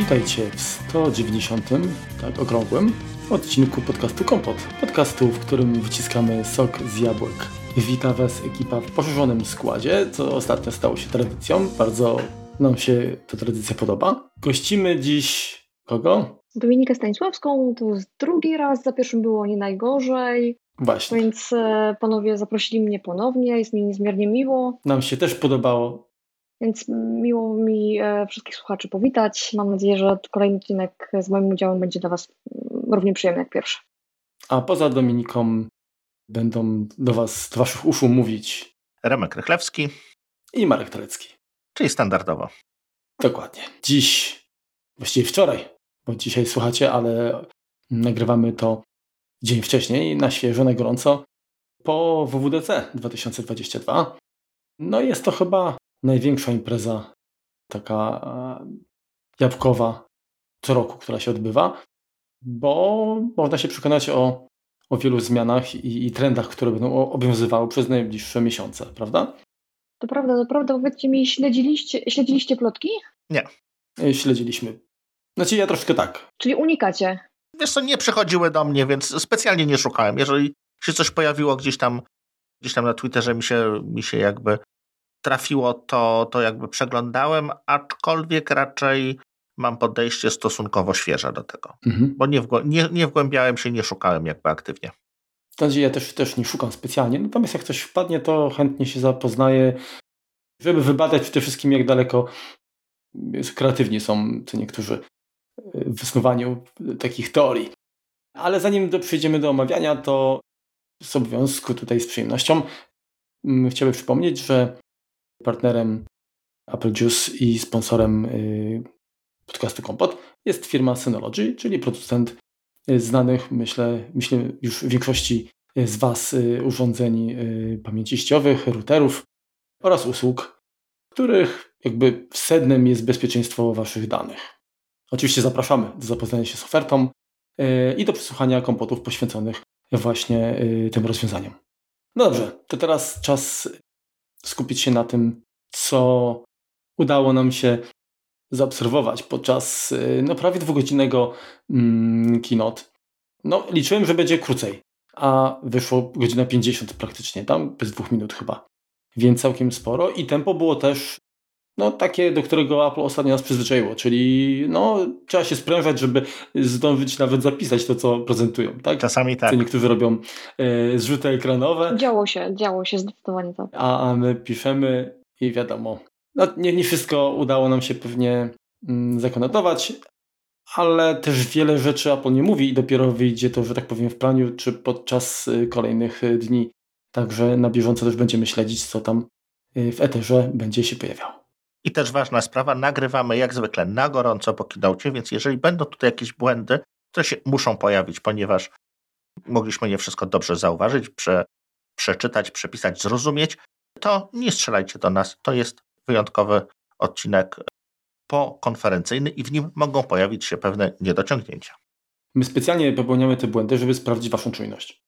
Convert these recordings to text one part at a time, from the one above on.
Witajcie w 190, tak okrągłym, odcinku podcastu Kompot. Podcastu, w którym wyciskamy sok z jabłek. Wita Was ekipa w poszerzonym składzie, co ostatnio stało się tradycją. Bardzo nam się ta tradycja podoba. Gościmy dziś kogo? Dominikę Stanisławską, to jest drugi raz, za pierwszym było nie najgorzej. Właśnie. Więc panowie zaprosili mnie ponownie, jest mi niezmiernie miło. Nam się też podobało. Więc miło mi wszystkich słuchaczy powitać. Mam nadzieję, że kolejny odcinek z moim udziałem będzie dla Was równie przyjemny jak pierwszy. A poza Dominiką będą do Waszych uszu mówić Remek Rychlewski i Marek Talecki. Czyli standardowo. Dokładnie. Dziś, właściwie wczoraj, bo dzisiaj słuchacie, ale nagrywamy to dzień wcześniej, na świeżo, na gorąco, po WWDC 2022. No jest to chyba największa impreza taka jabłkowa co roku, która się odbywa, bo można się przekonać o wielu zmianach i trendach, które będą obowiązywały przez najbliższe miesiące, prawda? To prawda. Powiedzcie mi, śledziliście plotki? Nie. Śledziliśmy. Znaczy ja troszkę tak. Czyli unikacie? Wiesz co, nie przychodziły do mnie, więc specjalnie nie szukałem. Jeżeli się coś pojawiło gdzieś tam na Twitterze mi się jakby trafiło, to jakby przeglądałem, aczkolwiek raczej mam podejście stosunkowo świeże do tego. Bo nie wgłębiałem się, nie szukałem jakby aktywnie. To znaczy ja też nie szukam specjalnie, natomiast jak coś wpadnie, to chętnie się zapoznaję, żeby wybadać przede wszystkim, jak daleko kreatywni są co niektórzy w wysnuwaniu takich teorii. Ale zanim przejdziemy do omawiania, to z obowiązku tutaj z przyjemnością chciałbym przypomnieć, że partnerem Apple Juice i sponsorem podcastu Kompot jest firma Synology, czyli producent znanych, myślę już większości z Was urządzeń pamięci sieciowych, routerów oraz usług, których jakby sednem jest bezpieczeństwo Waszych danych. Oczywiście zapraszamy do zapoznania się z ofertą i do przesłuchania kompotów poświęconych właśnie tym rozwiązaniom. No dobrze, to teraz czas skupić się na tym, co udało nam się zaobserwować podczas prawie 2-godzinnego keynote. Liczyłem, że będzie krócej, a wyszło godzina 50 praktycznie, tam bez 2 minut chyba. Więc całkiem sporo i tempo było też takie, do którego Apple ostatnio nas przyzwyczaiło, czyli trzeba się sprężać, żeby zdążyć nawet zapisać to, co prezentują, tak? Czasami tak. Co niektórzy robią zrzuty ekranowe. Działo się zdecydowanie tak. A my piszemy i wiadomo, nie wszystko udało nam się pewnie zakonotować, ale też wiele rzeczy Apple nie mówi i dopiero wyjdzie to, że tak powiem, w praniu czy podczas kolejnych dni. Także na bieżąco też będziemy śledzić, co tam w eterze będzie się pojawiało. I też ważna sprawa, nagrywamy jak zwykle na gorąco po keynocie, więc jeżeli będą tutaj jakieś błędy, to się muszą pojawić, ponieważ mogliśmy nie wszystko dobrze zauważyć, przeczytać, przepisać, zrozumieć, to nie strzelajcie do nas. To jest wyjątkowy odcinek pokonferencyjny i w nim mogą pojawić się pewne niedociągnięcia. My specjalnie popełniamy te błędy, żeby sprawdzić Waszą czujność.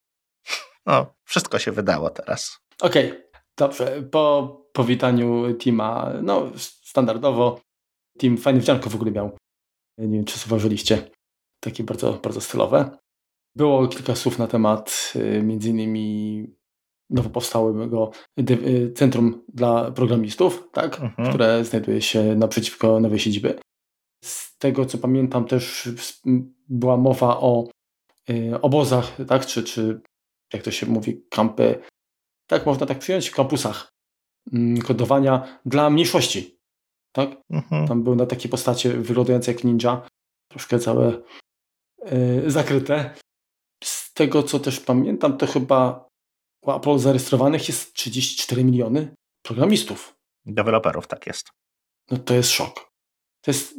Wszystko się wydało teraz. Okej, dobrze. Po powitaniu teama, standardowo, team fajny wdzianko w ogóle miał. Nie wiem, czy zauważyliście. Takie bardzo, bardzo stylowe. Było kilka słów na temat między innymi nowo powstałego centrum dla programistów, tak? Które znajduje się naprzeciwko nowej siedziby. Z tego, co pamiętam, też była mowa o obozach, tak? Czy jak to się mówi, kampy, tak można tak przyjąć, w kampusach kodowania dla mniejszości, tak? Tam były na takie postacie wyglądające jak ninja, troszkę całe zakryte. Z tego, co też pamiętam, to chyba u Apple zarejestrowanych jest 34 miliony programistów. Deweloperów, tak jest. To jest szok. To jest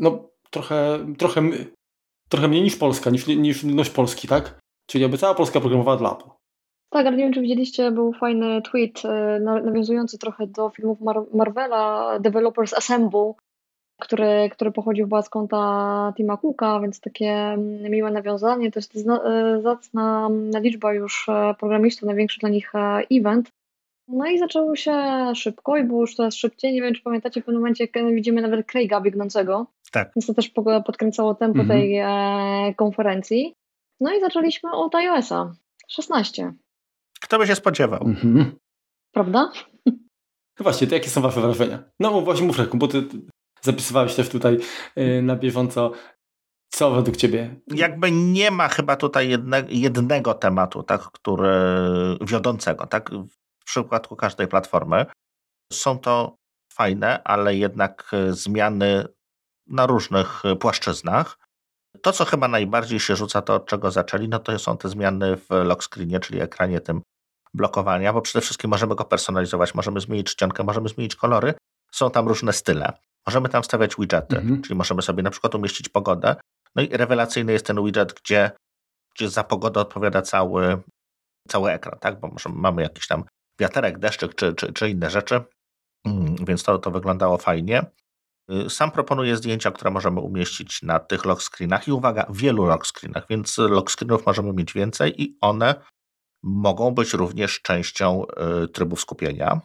trochę mniej niż Polska, niż ludność Polski, tak? Czyli jakby cała Polska programowała dla Apple. Tak, ale nie wiem, czy widzieliście, był fajny tweet nawiązujący trochę do filmów Marvela, Developers Assemble, który pochodził chyba z konta Tima Cooka, więc takie miłe nawiązanie. To jest zacna liczba już programistów, największy dla nich event. No i zaczęło się szybko i było już coraz szybciej. Nie wiem, czy pamiętacie, w pewnym momencie widzimy nawet Craiga biegnącego. Tak. Więc to też podkręcało tempo tej konferencji. No i zaczęliśmy od iOS-a 16. Kto by się spodziewał? Prawda? No właśnie, to jakie są wasze wrażenia? No właśnie mów, Reku, bo ty zapisywałeś też tutaj na bieżąco. Co według ciebie? Jakby nie ma chyba tutaj jednego tematu, tak, który wiodącego, tak, w przypadku każdej platformy. Są to fajne, ale jednak zmiany na różnych płaszczyznach. To, co chyba najbardziej się rzuca, to od czego zaczęli, no to są te zmiany w lock screenie, czyli ekranie tym blokowania, bo przede wszystkim możemy go personalizować, możemy zmienić czcionkę, możemy zmienić kolory. Są tam różne style. Możemy tam wstawiać widgety, czyli możemy sobie na przykład umieścić pogodę. No i rewelacyjny jest ten widget, gdzie za pogodę odpowiada cały ekran, tak? Bo mamy jakiś tam wiaterek, deszczyk czy inne rzeczy, więc to wyglądało fajnie. Sam proponuję zdjęcia, które możemy umieścić na tych lock screenach i uwaga, wielu lock screenach, więc lock screenów możemy mieć więcej i one mogą być również częścią trybów skupienia.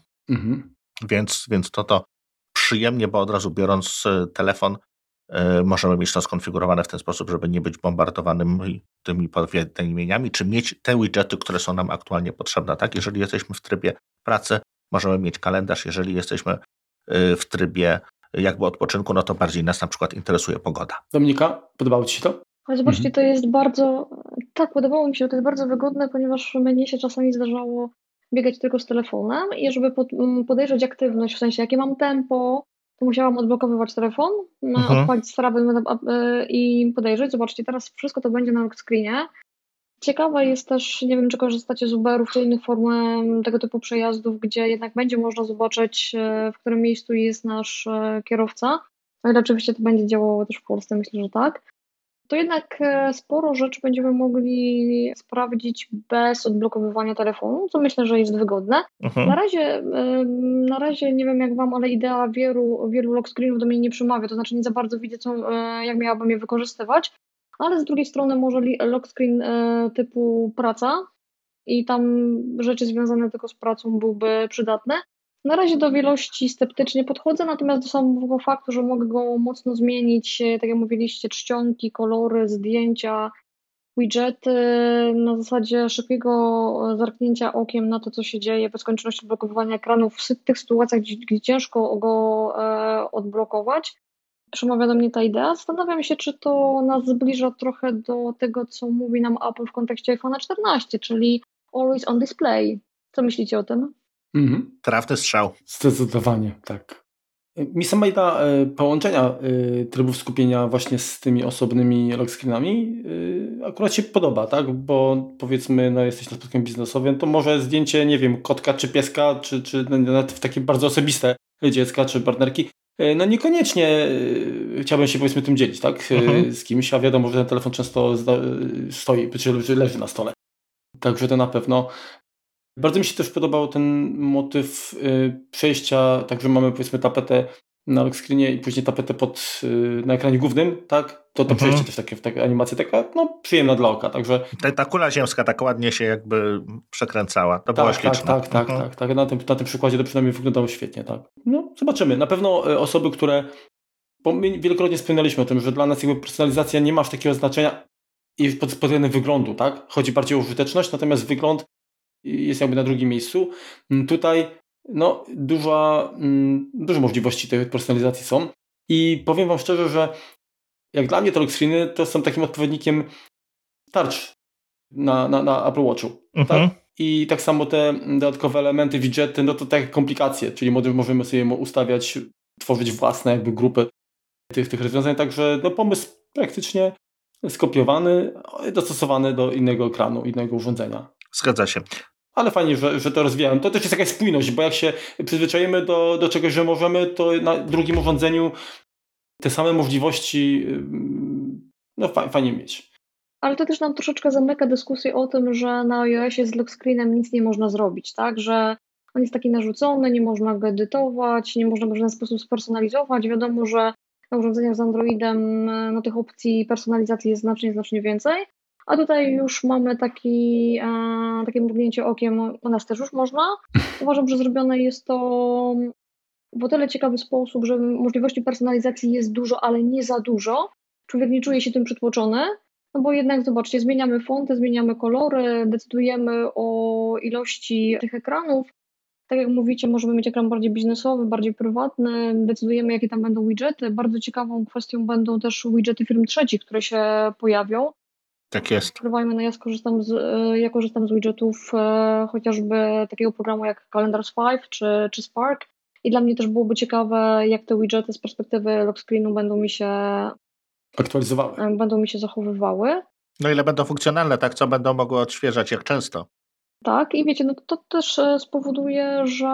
Więc to przyjemnie, bo od razu biorąc telefon możemy mieć to skonfigurowane w ten sposób, żeby nie być bombardowanym tymi powiadomieniami, czy mieć te widgety, które są nam aktualnie potrzebne. Tak? Jeżeli jesteśmy w trybie pracy, możemy mieć kalendarz. Jeżeli jesteśmy w trybie jakby odpoczynku, no to bardziej nas na przykład interesuje pogoda. Dominika, podobało ci się to? Ale zobaczcie, to jest bardzo... Tak, podobało mi się, to jest bardzo wygodne, ponieważ mnie się czasami zdarzało biegać tylko z telefonem i żeby podejrzeć aktywność, w sensie jakie mam tempo, to musiałam odblokowywać telefon, odpalić sprawy i podejrzeć. Zobaczcie, teraz wszystko to będzie na lock screenie. Ciekawe jest też, nie wiem, czy korzystacie z Uberów czy innych form tego typu przejazdów, gdzie jednak będzie można zobaczyć, w którym miejscu jest nasz kierowca. Ale oczywiście to będzie działało też w Polsce, myślę, że tak. To jednak sporo rzeczy będziemy mogli sprawdzić bez odblokowywania telefonu, co myślę, że jest wygodne. Na razie nie wiem jak wam, ale idea wielu lock screenów do mnie nie przemawia, to znaczy nie za bardzo widzę, jak miałabym je wykorzystywać, ale z drugiej strony może lock screen typu praca i tam rzeczy związane tylko z pracą byłby przydatne. Na razie do wielości sceptycznie podchodzę, natomiast do samego faktu, że mogę go mocno zmienić, tak jak mówiliście, czcionki, kolory, zdjęcia, widgety, na zasadzie szybkiego zerknięcia okiem na to, co się dzieje, bez konieczności blokowania ekranów w tych sytuacjach, gdzie ciężko go odblokować. Przemawia do mnie ta idea. Zastanawiam się, czy to nas zbliża trochę do tego, co mówi nam Apple w kontekście iPhone'a 14, czyli Always on Display. Co myślicie o tym? Trafny strzał. Zdecydowanie, tak. Mi sama idea połączenia trybów skupienia właśnie z tymi osobnymi lock screenami akurat się podoba, tak? Bo powiedzmy, no jesteś na spotkaniu biznesowym, to może zdjęcie, nie wiem, kotka czy pieska, czy nawet w takie bardzo osobiste dziecka czy partnerki, no niekoniecznie chciałbym się powiedzmy tym dzielić, tak? Z kimś, a wiadomo, że ten telefon często stoi, czy leży na stole. Także to na pewno. Bardzo mi się też podobał ten motyw przejścia, także mamy powiedzmy tapetę na lock screenie i później tapetę na ekranie głównym, tak? To przejście też taka animacja taka, no przyjemna dla oka, także... Ta kula ziemska tak ładnie się jakby przekręcała, to było śliczne. Tak. Na tym przykładzie to przynajmniej wyglądało świetnie, tak. No zobaczymy, na pewno osoby, które... Bo my wielokrotnie wspominaliśmy o tym, że dla nas jakby personalizacja nie ma aż takiego znaczenia i pod względem wyglądu, tak? Chodzi bardziej o użyteczność, natomiast wygląd jest jakby na drugim miejscu. Tutaj no, dużo możliwości tej personalizacji są i powiem wam szczerze, że jak dla mnie te lock screeny to są takim odpowiednikiem tarcz na Apple Watchu. Tak? I tak samo te dodatkowe elementy, widgety, no to takie komplikacje, czyli możemy sobie ustawiać, tworzyć własne jakby grupy tych rozwiązań, także no, pomysł praktycznie skopiowany, dostosowany do innego ekranu, innego urządzenia. Zgadza się. Ale fajnie, że to rozwijałem. To też jest jakaś spójność, bo jak się przyzwyczajemy do czegoś, że możemy, to na drugim urządzeniu te same możliwości no fajnie mieć. Ale to też nam troszeczkę zamyka dyskusję o tym, że na iOSie z lock screenem nic nie można zrobić, tak? Że on jest taki narzucony, nie można go edytować, nie można go w żaden sposób spersonalizować. Wiadomo, że na urządzeniach z Androidem no, tych opcji personalizacji jest znacznie więcej. a tutaj już mamy takie mrugnięcie okiem, u nas też już można. Uważam, że zrobione jest to w o tyle ciekawy sposób, że możliwości personalizacji jest dużo, ale nie za dużo. Człowiek nie czuje się tym przytłoczony, no bo jednak zobaczcie, zmieniamy fonty, zmieniamy kolory, decydujemy o ilości tych ekranów. Tak jak mówicie, możemy mieć ekran bardziej biznesowy, bardziej prywatny, decydujemy, jakie tam będą widgety. Bardzo ciekawą kwestią będą też widgety firm trzecich, które się pojawią. Tak jest. Ukrywajmy, no ja korzystam z widgetów chociażby takiego programu jak Calendars 5 czy Spark i dla mnie też byłoby ciekawe, jak te widgety z perspektywy lock screenu będą mi się zachowywały. No ile będą funkcjonalne, tak? Co będą mogły odświeżać, jak często? Tak, i wiecie, no to też spowoduje, że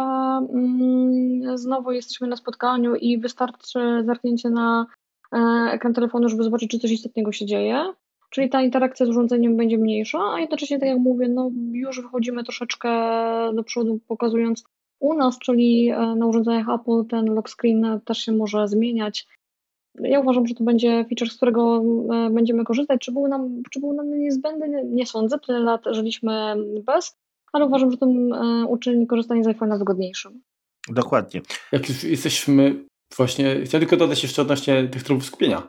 znowu jesteśmy na spotkaniu i wystarczy zerknięcie na ekran telefonu, żeby zobaczyć, czy coś istotnego się dzieje. Czyli ta interakcja z urządzeniem będzie mniejsza, a jednocześnie, tak jak mówię, no już wychodzimy troszeczkę do przodu, pokazując u nas, czyli na urządzeniach Apple, ten lock screen też się może zmieniać. Ja uważam, że to będzie feature, z którego będziemy korzystać. Czy był nam niezbędny? Nie sądzę, tyle lat żyliśmy bez, ale uważam, że to uczyni korzystanie z iPhone'a wygodniejszym. Dokładnie. Jak już jesteśmy właśnie, chciałem tylko dodać jeszcze odnośnie tych trybów skupienia.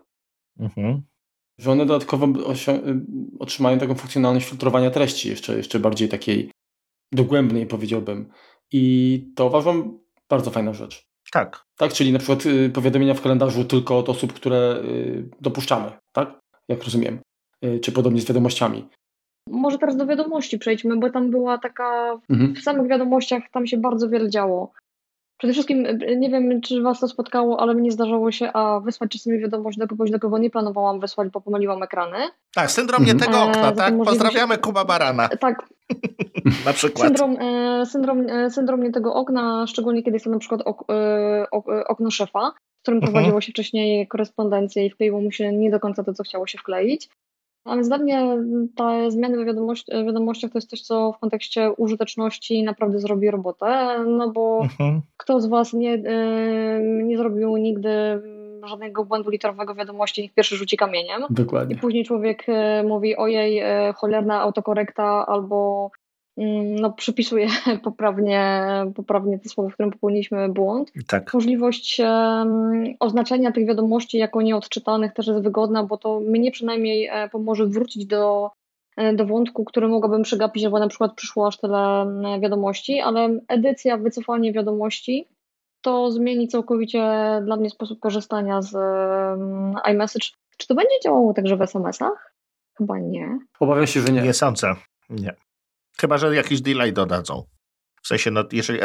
Że one dodatkowo otrzymają taką funkcjonalność filtrowania treści, jeszcze bardziej takiej dogłębnej, powiedziałbym. I to uważam bardzo fajna rzecz. Tak. Tak, czyli na przykład powiadomienia w kalendarzu tylko od osób, które dopuszczamy, tak? Jak rozumiem. Czy podobnie z wiadomościami. Może teraz do wiadomości przejdźmy, bo tam była taka, w samych wiadomościach tam się bardzo wiele działo. Przede wszystkim, nie wiem, czy was to spotkało, ale mnie zdarzało się wysłać czasami wiadomość do kogoś, do kogo nie planowałam wysłać, bo pomyliłam ekrany. Tak, syndrom nie tego okna, tak? Pozdrawiamy Kuba Barana. Tak. Na przykład. Syndrom nie tego okna, szczególnie kiedy jest to na przykład okno szefa, z którym prowadziło się wcześniej korespondencję i wkleiło mu się nie do końca to, co chciało się wkleić. A więc dla mnie te zmiany w wiadomościach to jest coś, co w kontekście użyteczności naprawdę zrobi robotę, no bo kto z was nie zrobił nigdy żadnego błędu literowego wiadomości, niech pierwszy rzuci kamieniem. Dokładnie. I później człowiek mówi, ojej, cholerna autokorekta, albo przypisuje poprawnie te słowa, w którym popełniliśmy błąd. Tak. Możliwość oznaczenia tych wiadomości jako nieodczytanych też jest wygodna, bo to mnie przynajmniej pomoże wrócić do wątku, który mogłabym przegapić, bo na przykład przyszło aż tyle wiadomości, ale edycja, wycofanie wiadomości to zmieni całkowicie dla mnie sposób korzystania z iMessage. Czy to będzie działało także w SMS-ach? Chyba nie. Obawiam się, że nie. Nie sądzę. Nie. Chyba że jakiś delay dodadzą. W sensie, jeżeli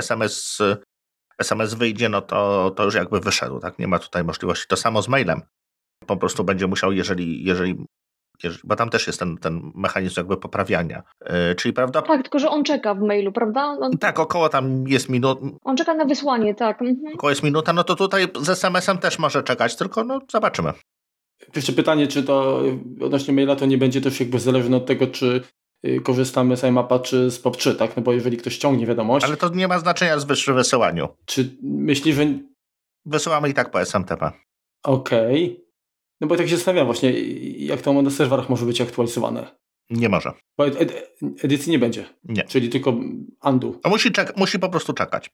SMS wyjdzie, no to już jakby wyszedł, tak? Nie ma tutaj możliwości. To samo z mailem. Po prostu będzie musiał, jeżeli bo tam też jest ten mechanizm jakby poprawiania. Czyli prawda? Tak, tylko że on czeka w mailu, prawda? Tak, około tam jest minut. On czeka na wysłanie, tak. Około jest minuta, no to tutaj z SMS-em też może czekać, tylko zobaczymy. Jeszcze pytanie, czy to odnośnie maila to nie będzie też jakby zależne od tego, czy korzystamy z iMapa czy z POP3, tak? No bo jeżeli ktoś ściągnie wiadomość... Ale to nie ma znaczenia przy wysyłaniu. Czy myślisz, że... Wysyłamy i tak po SMTP. Okej. No bo tak się zastanawiam właśnie, jak to na serwerach może być aktualizowane. Nie może. Bo edycji nie będzie. Nie. Czyli tylko undo. A musi po prostu czekać.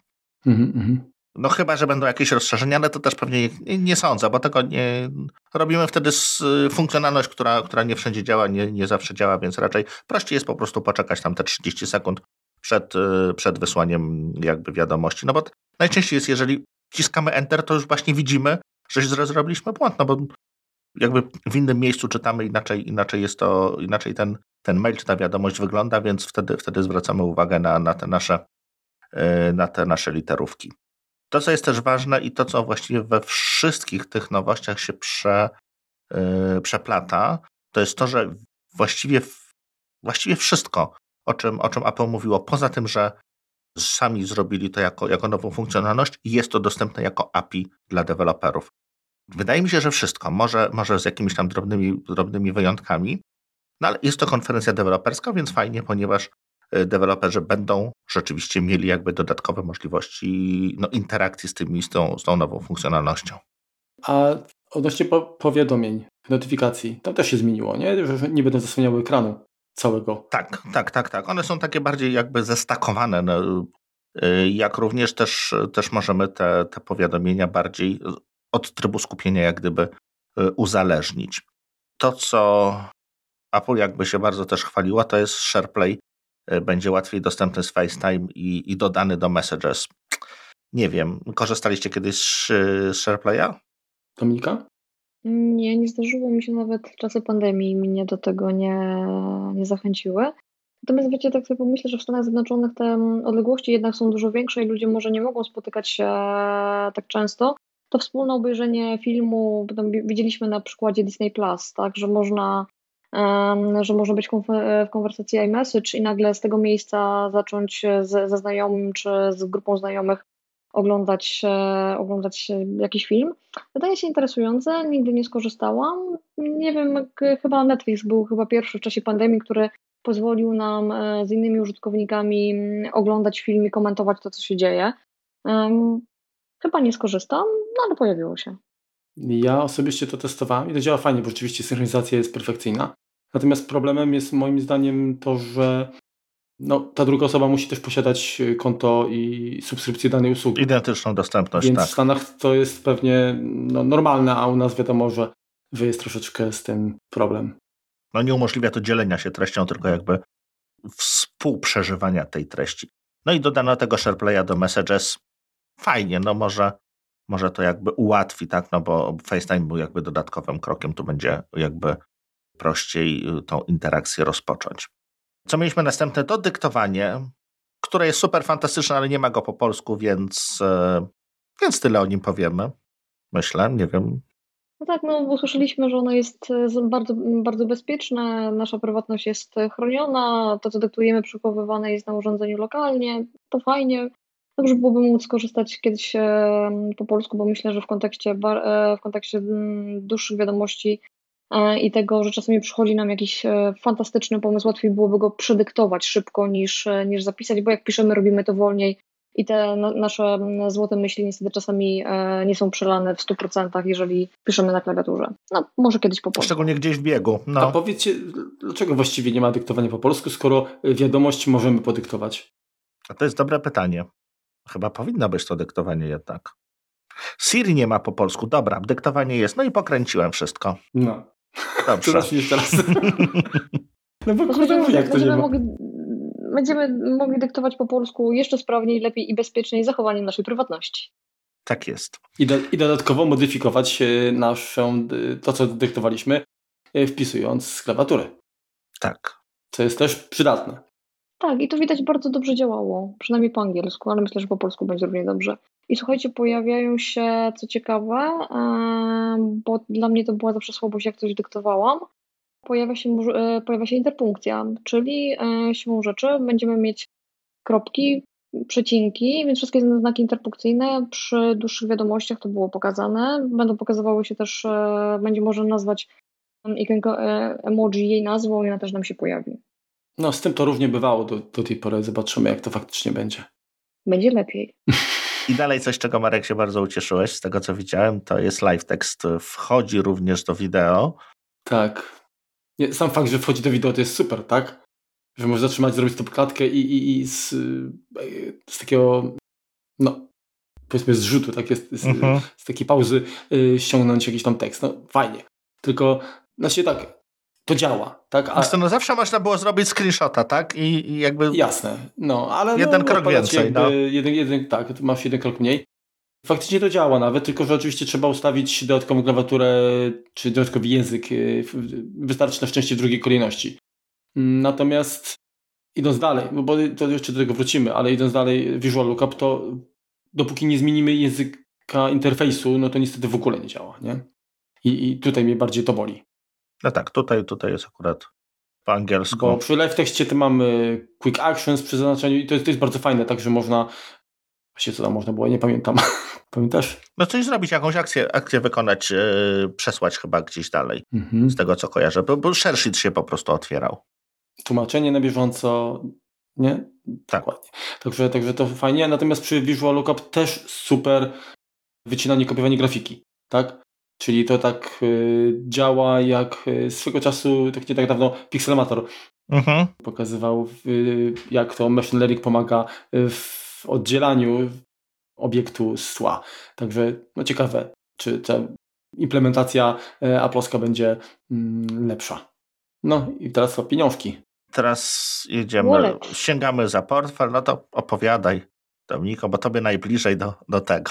No chyba, że będą jakieś rozszerzenia, ale to też pewnie nie sądzę, bo tego nie... Robimy wtedy funkcjonalność, która nie wszędzie działa, nie zawsze działa, więc raczej prościej jest po prostu poczekać tam te 30 sekund przed wysłaniem jakby wiadomości. No bo najczęściej jest, jeżeli wciskamy Enter, to już właśnie widzimy, że zrobiliśmy błąd, no bo jakby w innym miejscu czytamy inaczej ten mail czy ta wiadomość wygląda, więc wtedy zwracamy uwagę na te nasze literówki. To, co jest też ważne i to, co właściwie we wszystkich tych nowościach się przeplata, to jest to, że właściwie wszystko, o czym Apple mówiło, poza tym, że sami zrobili to jako nową funkcjonalność i jest to dostępne jako API dla deweloperów. Wydaje mi się, że wszystko, może z jakimiś tam drobnymi wyjątkami, no ale jest to konferencja deweloperska, więc fajnie, ponieważ deweloperzy będą rzeczywiście mieli jakby dodatkowe możliwości interakcji z tą nową funkcjonalnością. A Odnośnie powiadomień, notyfikacji, tam też się zmieniło, nie? Że nie będą zasłaniały ekranu całego. Tak. One są takie bardziej jakby zestakowane. No, jak również też możemy te powiadomienia bardziej od trybu skupienia jak gdyby uzależnić. To, co Apple jakby się bardzo też chwaliła, to jest SharePlay. Będzie łatwiej dostępny z FaceTime i dodany do Messages. Nie wiem, korzystaliście kiedyś z SharePlaya? Dominika? Nie zdarzyło mi się, nawet czasy pandemii mnie do tego nie zachęciły. Natomiast wiecie, tak sobie pomyślę, że w Stanach Zjednoczonych te odległości jednak są dużo większe i ludzie może nie mogą spotykać się tak często. To wspólne obejrzenie filmu, tam widzieliśmy na przykładzie Disney Plus, tak, że można być w konwersacji iMessage i nagle z tego miejsca zacząć ze znajomym czy z grupą znajomych oglądać jakiś film. Wydaje się interesujące, nigdy nie skorzystałam. Nie wiem, chyba Netflix był chyba pierwszy w czasie pandemii, który pozwolił nam z innymi użytkownikami oglądać film i komentować to, co się dzieje. Chyba nie skorzystam, no ale pojawiło się. Ja osobiście to testowałem i to działa fajnie, bo rzeczywiście synchronizacja jest perfekcyjna. Natomiast problemem jest moim zdaniem to, że ta druga osoba musi też posiadać konto i subskrypcję danej usługi. Identyczną dostępność, Więc tak. w Stanach to jest pewnie normalne, a u nas wiadomo, że jest troszeczkę z tym problem. No nie umożliwia to dzielenia się treścią, tylko jakby współprzeżywania tej treści. No i dodano tego SharePlaya do Messages. Fajnie, no może to jakby ułatwi, tak, no bo FaceTime był jakby dodatkowym krokiem, tu będzie jakby prościej tą interakcję rozpocząć. Co mieliśmy następne? To dyktowanie, które jest super fantastyczne, ale nie ma go po polsku, więc tyle o nim powiemy. Myślę, nie wiem. No tak, bo usłyszeliśmy, że ono jest bardzo, bardzo bezpieczne, nasza prywatność jest chroniona, to co dyktujemy przechowywane jest na urządzeniu lokalnie, to fajnie. Dobrze byłoby móc skorzystać kiedyś po polsku, bo myślę, że w kontekście dłuższych wiadomości i tego, że czasami przychodzi nam jakiś fantastyczny pomysł, łatwiej byłoby go przedyktować szybko niż zapisać, bo jak piszemy, robimy to wolniej i te nasze złote myśli niestety czasami nie są przelane w 100%, jeżeli piszemy na klawiaturze. No, może kiedyś po polsku. Szczególnie gdzieś w biegu. No. A powiedzcie, dlaczego właściwie nie ma dyktowania po polsku, skoro wiadomość możemy podyktować? A to jest dobre pytanie. Chyba powinno być to dyktowanie jednak. Siri nie ma po polsku. Dobra, dyktowanie jest. No i pokręciłem wszystko. No. Dobrze. To zacznij jeszcze raz. No bo kurde, jak to nie ma? Będziemy mogli dyktować po polsku jeszcze sprawniej, lepiej i bezpieczniej, z zachowaniem naszej prywatności. Tak jest. I dodatkowo modyfikować to, co dyktowaliśmy, wpisując z klawiatury. Tak. Co jest też przydatne. Tak, i to widać bardzo dobrze działało, przynajmniej po angielsku, ale myślę, że po polsku będzie równie dobrze. I słuchajcie, pojawiają się, co ciekawe, bo dla mnie to była zawsze słabość, jak coś dyktowałam, pojawia się interpunkcja, czyli siłą rzeczy będziemy mieć kropki, przecinki, więc wszystkie znaki interpunkcyjne przy dłuższych wiadomościach to było pokazane. Będą pokazywały się też, będzie można nazwać ikonkę emoji jej nazwą i ona też nam się pojawi. No z tym to równie bywało do tej pory. Zobaczymy, jak to faktycznie będzie. Będzie lepiej. I dalej coś, czego Marek się bardzo ucieszyłeś, z tego co widziałem, to jest live text. Wchodzi również do wideo. Tak. Sam fakt, że wchodzi do wideo, to jest super, tak? Że możesz zatrzymać, zrobić stopklatkę i z takiego, powiedzmy zrzutu, tak? Z takiej pauzy ściągnąć jakiś tam tekst. No fajnie. Tylko, tak, to działa, tak? Zawsze można było zrobić screenshota, tak? I jakby... Jasne, ale... Jeden krok więcej, Tak, tu masz jeden krok mniej. Faktycznie to działa nawet, tylko że oczywiście trzeba ustawić dodatkową klawiaturę czy dodatkowy język. Wystarczy na szczęście w drugiej kolejności. Natomiast idąc dalej, bo to jeszcze do tego wrócimy, ale idąc dalej, Visual Lookup, to dopóki nie zmienimy języka interfejsu, no to niestety w ogóle nie działa, nie? I tutaj mnie bardziej to boli. No tak, tutaj jest akurat po angielsku. Bo przy live tekście mamy quick actions przy zaznaczeniu i to jest bardzo fajne, tak, że można... Właśnie co tam można było, nie pamiętam. Pamiętasz? No coś zrobić, jakąś akcję wykonać, przesłać chyba gdzieś dalej. Z tego co kojarzę, bo ShareSheet się po prostu otwierał. Tłumaczenie na bieżąco, nie? Tak. Dokładnie. Także to fajnie, natomiast przy Visual Lookup też super wycinanie, kopiowanie grafiki, tak? Czyli to tak działa jak swego czasu, tak nie tak dawno, Pixelmator pokazywał, jak to machine learning pomaga w oddzielaniu obiektu z tła. Także ciekawe, czy ta implementacja Apple'owska będzie lepsza. No i teraz o pieniążki. Teraz jedziemy, sięgamy za portfel, no to opowiadaj, Dominiko, bo tobie najbliżej do tego.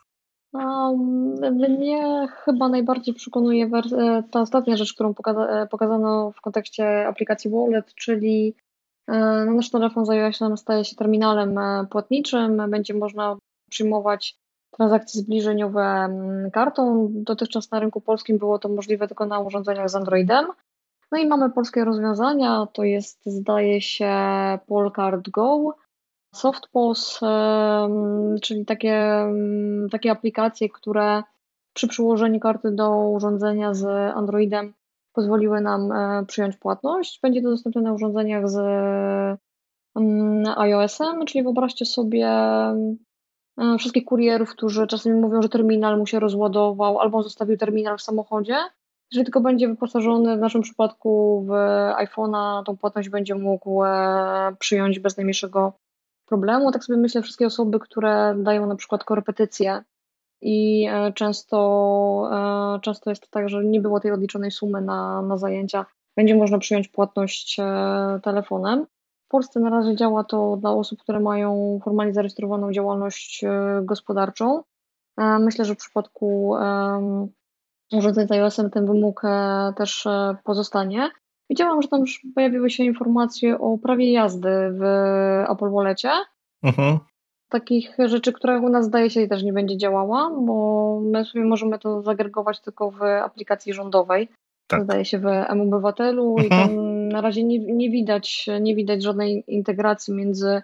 Mnie chyba najbardziej przekonuje ta ostatnia rzecz, którą pokazano w kontekście aplikacji Wallet, czyli nasz telefon z iOS-em staje się terminalem płatniczym, będzie można przyjmować transakcje zbliżeniowe kartą. Dotychczas na rynku polskim było to możliwe tylko na urządzeniach z Androidem. No i mamy polskie rozwiązania, to jest, zdaje się, Polcard Go, SoftPOS, czyli takie aplikacje, które przy przyłożeniu karty do urządzenia z Androidem pozwoliły nam przyjąć płatność. Będzie to dostępne na urządzeniach z iOS-em, czyli wyobraźcie sobie wszystkich kurierów, którzy czasami mówią, że terminal mu się rozładował albo zostawił terminal w samochodzie. Jeżeli tylko będzie wyposażony w naszym przypadku w iPhone'a, tą płatność będzie mógł przyjąć bez najmniejszego problemu. Tak sobie myślę, wszystkie osoby, które dają na przykład korepetycje i często jest tak, że nie było tej odliczonej sumy na zajęcia, będzie można przyjąć płatność telefonem. W Polsce na razie działa to dla osób, które mają formalnie zarejestrowaną działalność gospodarczą. Myślę, że w przypadku urządzeń z iOS-em ten wymóg też pozostanie. Widziałam, że tam już pojawiły się informacje o prawie jazdy w Apple Wallecie. Takich rzeczy, które u nas zdaje się też nie będzie działała, bo my sobie możemy to zagregować tylko w aplikacji rządowej. Tak. Zdaje się w mObywatelu i tam na razie nie widać żadnej integracji między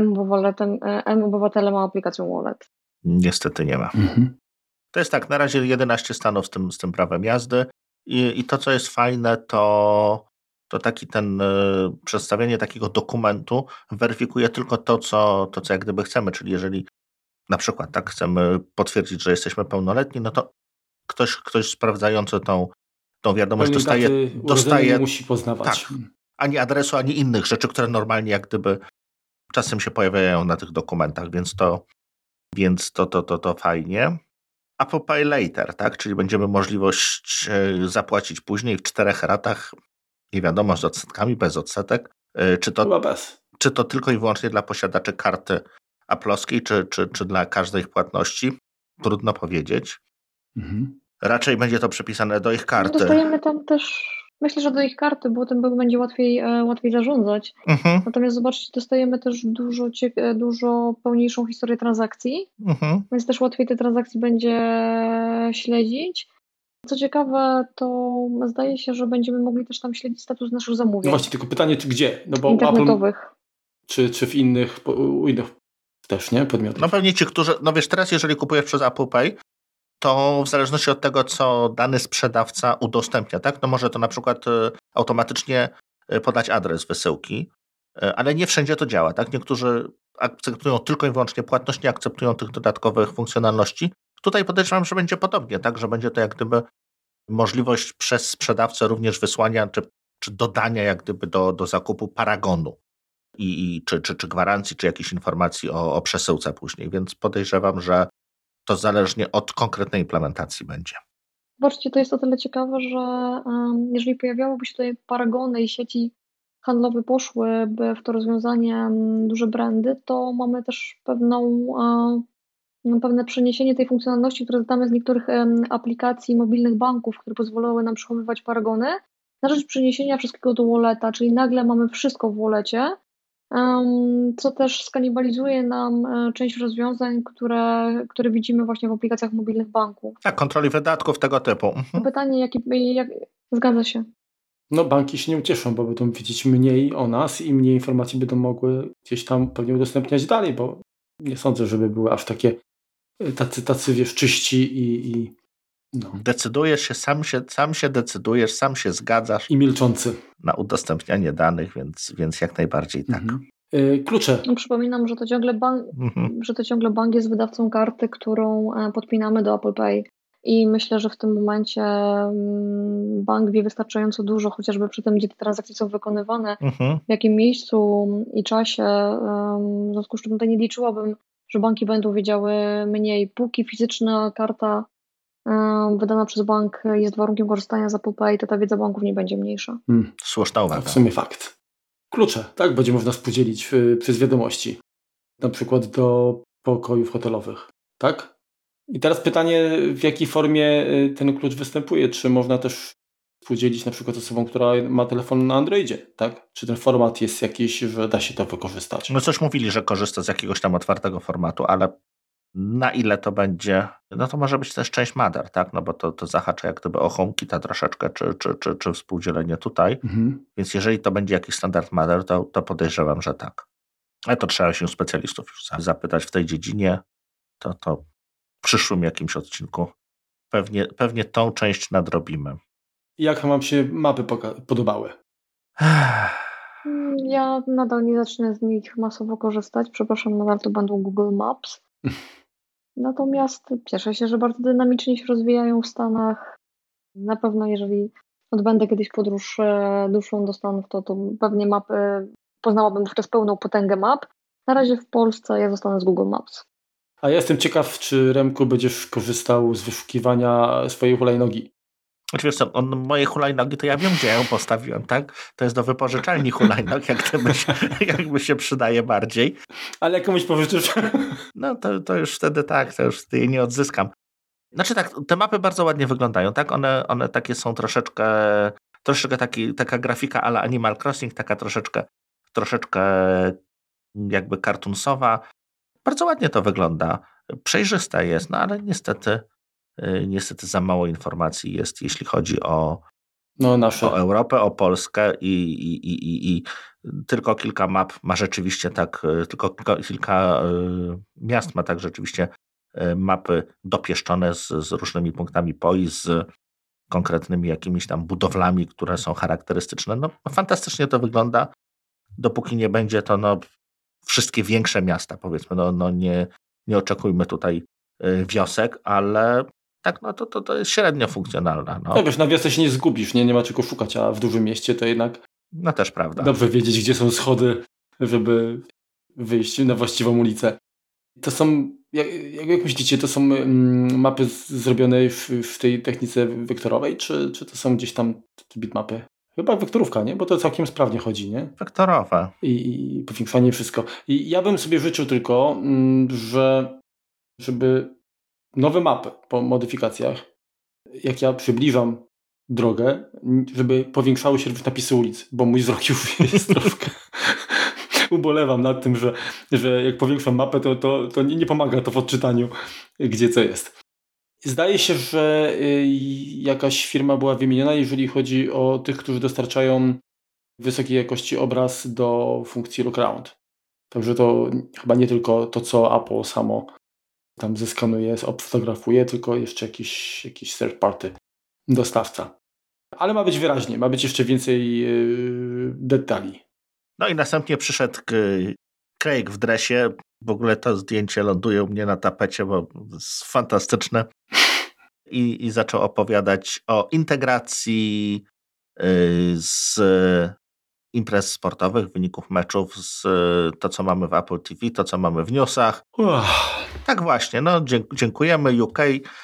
mObywatelem a aplikacją Wallet. Niestety nie ma. To jest tak, na razie 11 stanów z tym prawem jazdy i to, co jest fajne, to taki przedstawienie takiego dokumentu weryfikuje tylko to, co jak gdyby chcemy, czyli jeżeli na przykład tak chcemy potwierdzić, że jesteśmy pełnoletni, no to ktoś sprawdzający tą wiadomość dostaje nie musi poznawać. Tak, ani adresu, ani innych rzeczy, które normalnie jak gdyby czasem się pojawiają na tych dokumentach, więc to fajnie. Apple Pay Later, tak? Czyli będziemy możliwość zapłacić później w 4 ratach, nie wiadomo, z odsetkami, bez odsetek. Czy to tylko i wyłącznie dla posiadaczy karty Apple'owskiej, czy dla każdej ich płatności? Trudno powiedzieć. Raczej będzie to przypisane do ich karty. Dostajemy tam też, myślę, że do ich karty, bo tym będzie łatwiej zarządzać. Natomiast zobaczcie, dostajemy też dużo pełniejszą historię transakcji, więc też łatwiej te transakcje będzie śledzić. Co ciekawe, to zdaje się, że będziemy mogli też tam śledzić status naszych zamówień. No właśnie, tylko pytanie, czy gdzie? No bo internetowych. Czy w innych też, nie? Podmiotów. No pewnie ci, którzy, no wiesz, teraz jeżeli kupujesz przez Apple Pay, to w zależności od tego, co dany sprzedawca udostępnia, tak? No może to na przykład automatycznie podać adres wysyłki, ale nie wszędzie to działa, tak? Niektórzy akceptują tylko i wyłącznie płatność, nie akceptują tych dodatkowych funkcjonalności. Tutaj podejrzewam, że będzie podobnie, tak? Że będzie to jak gdyby możliwość przez sprzedawcę również wysłania czy dodania jak gdyby do zakupu paragonu czy gwarancji, czy jakiejś informacji o przesyłce później, więc podejrzewam, że to zależnie od konkretnej implementacji będzie. Zobaczcie, to jest o tyle ciekawe, że jeżeli pojawiałyby się tutaj paragony i sieci handlowe poszłyby w to rozwiązanie duże brandy, to mamy też pewne przeniesienie tej funkcjonalności, które znamy z niektórych aplikacji mobilnych banków, które pozwalały nam przechowywać paragony, na rzecz przeniesienia wszystkiego do walleta, czyli nagle mamy wszystko w wallecie, co też skanibalizuje nam część rozwiązań, które widzimy właśnie w aplikacjach mobilnych banków. Tak, kontroli wydatków tego typu. To pytanie, jak zgadza się. No banki się nie ucieszą, bo będą wiedzieć mniej o nas i mniej informacji będą mogły gdzieś tam pewnie udostępniać dalej, bo nie sądzę, żeby były aż takie tacy wiesz, czyści i no. Decydujesz się, sam się decydujesz, sam się zgadzasz. I milczący. Na udostępnianie danych, więc jak najbardziej tak. Klucze. Przypominam, że to ciągle bank jest wydawcą karty, którą podpinamy do Apple Pay. i myślę, że w tym momencie bank wie wystarczająco dużo, chociażby przy tym, gdzie te transakcje są wykonywane, w jakim miejscu i czasie, w związku z czym tutaj nie liczyłabym, że banki będą wiedziały mniej. Póki fizyczna karta wydana przez bank jest warunkiem korzystania z Apple Pay, to ta wiedza banków nie będzie mniejsza. Słuszna uwaga. W sumie fakt. Klucze, tak? Będzie można współdzielić przez wiadomości. Na przykład do pokojów hotelowych, tak? I teraz pytanie, w jakiej formie ten klucz występuje? Czy można też współdzielić na przykład z osobą, która ma telefon na Androidzie, tak? Czy ten format jest jakiś, że da się to wykorzystać? No coś mówili, że korzysta z jakiegoś tam otwartego formatu, ale na ile to będzie, no to może być też część Mother, tak? No bo to zahacza jak gdyby o HomeKita troszeczkę, czy współdzielenie tutaj. Więc jeżeli to będzie jakiś standard Mother, to podejrzewam, że tak. Ale to trzeba się specjalistów już zapytać w tej dziedzinie. To w przyszłym jakimś odcinku pewnie tą część nadrobimy. Jak wam się mapy podobały? Ja nadal nie zacznę z nich masowo korzystać. Przepraszam, nadal to będą Google Maps. Natomiast cieszę się, że bardzo dynamicznie się rozwijają w Stanach. Na pewno, jeżeli odbędę kiedyś podróż dłuższą do Stanów, to pewnie mapy poznałabym wówczas pełną potęgę map. Na razie w Polsce ja zostanę z Google Maps. A ja jestem ciekaw, czy Remku będziesz korzystał z wyszukiwania swojej hulajnogi. Oczywiście, moje hulajnogi to ja wiem, gdzie ja ją postawiłem, tak? To jest do wypożyczalni hulajnog, jakby się przydaje bardziej. Ale jak komuś pożyczysz? No to już wtedy tak, to już jej nie odzyskam. Znaczy tak, te mapy bardzo ładnie wyglądają, tak? One takie są troszeczkę taka grafika a la Animal Crossing, taka troszeczkę jakby cartoonsowa. Bardzo ładnie to wygląda. Przejrzyste jest, no ale niestety za mało informacji jest, jeśli chodzi o Europę, o Polskę i tylko kilka map ma rzeczywiście tak, tylko kilka miast ma tak rzeczywiście mapy dopieszczone z różnymi punktami POI, z konkretnymi jakimiś tam budowlami, które są charakterystyczne. No fantastycznie to wygląda, dopóki nie będzie to wszystkie większe miasta, powiedzmy, nie oczekujmy tutaj wiosek, ale tak, no to jest średnio funkcjonalna. No wiesz, na wiosce się nie zgubisz, nie ma czego szukać, a w dużym mieście to jednak no też prawda. Dobrze wiedzieć, gdzie są schody, żeby wyjść na właściwą ulicę. To są, jak myślicie, to są mapy zrobione w tej technice wektorowej, czy to są gdzieś tam bitmapy? Chyba wektorówka, nie? Bo to całkiem sprawnie chodzi, nie? Wektorowe. I powiększanie wszystko. I ja bym sobie życzył tylko, żeby nowe mapy po modyfikacjach, jak ja przybliżam drogę, żeby powiększały się napisy ulic, bo mój wzrok już jest troszkę... Ubolewam nad tym, że jak powiększam mapę, to nie pomaga to w odczytaniu, gdzie co jest. Zdaje się, że jakaś firma była wymieniona, jeżeli chodzi o tych, którzy dostarczają wysokiej jakości obraz do funkcji Look Around. Także to chyba nie tylko to, co Apple samo tam zeskanuje, obfotografuje, tylko jeszcze jakiś third party dostawca. Ale ma być wyraźnie, ma być jeszcze więcej detali. No i następnie przyszedł Craig w dresie. W ogóle to zdjęcie ląduje u mnie na tapecie, bo jest fantastyczne. I zaczął opowiadać o integracji z imprez sportowych, wyników meczów, z to, co mamy w Apple TV, to, co mamy w newsach. Tak właśnie, no dziękujemy UK,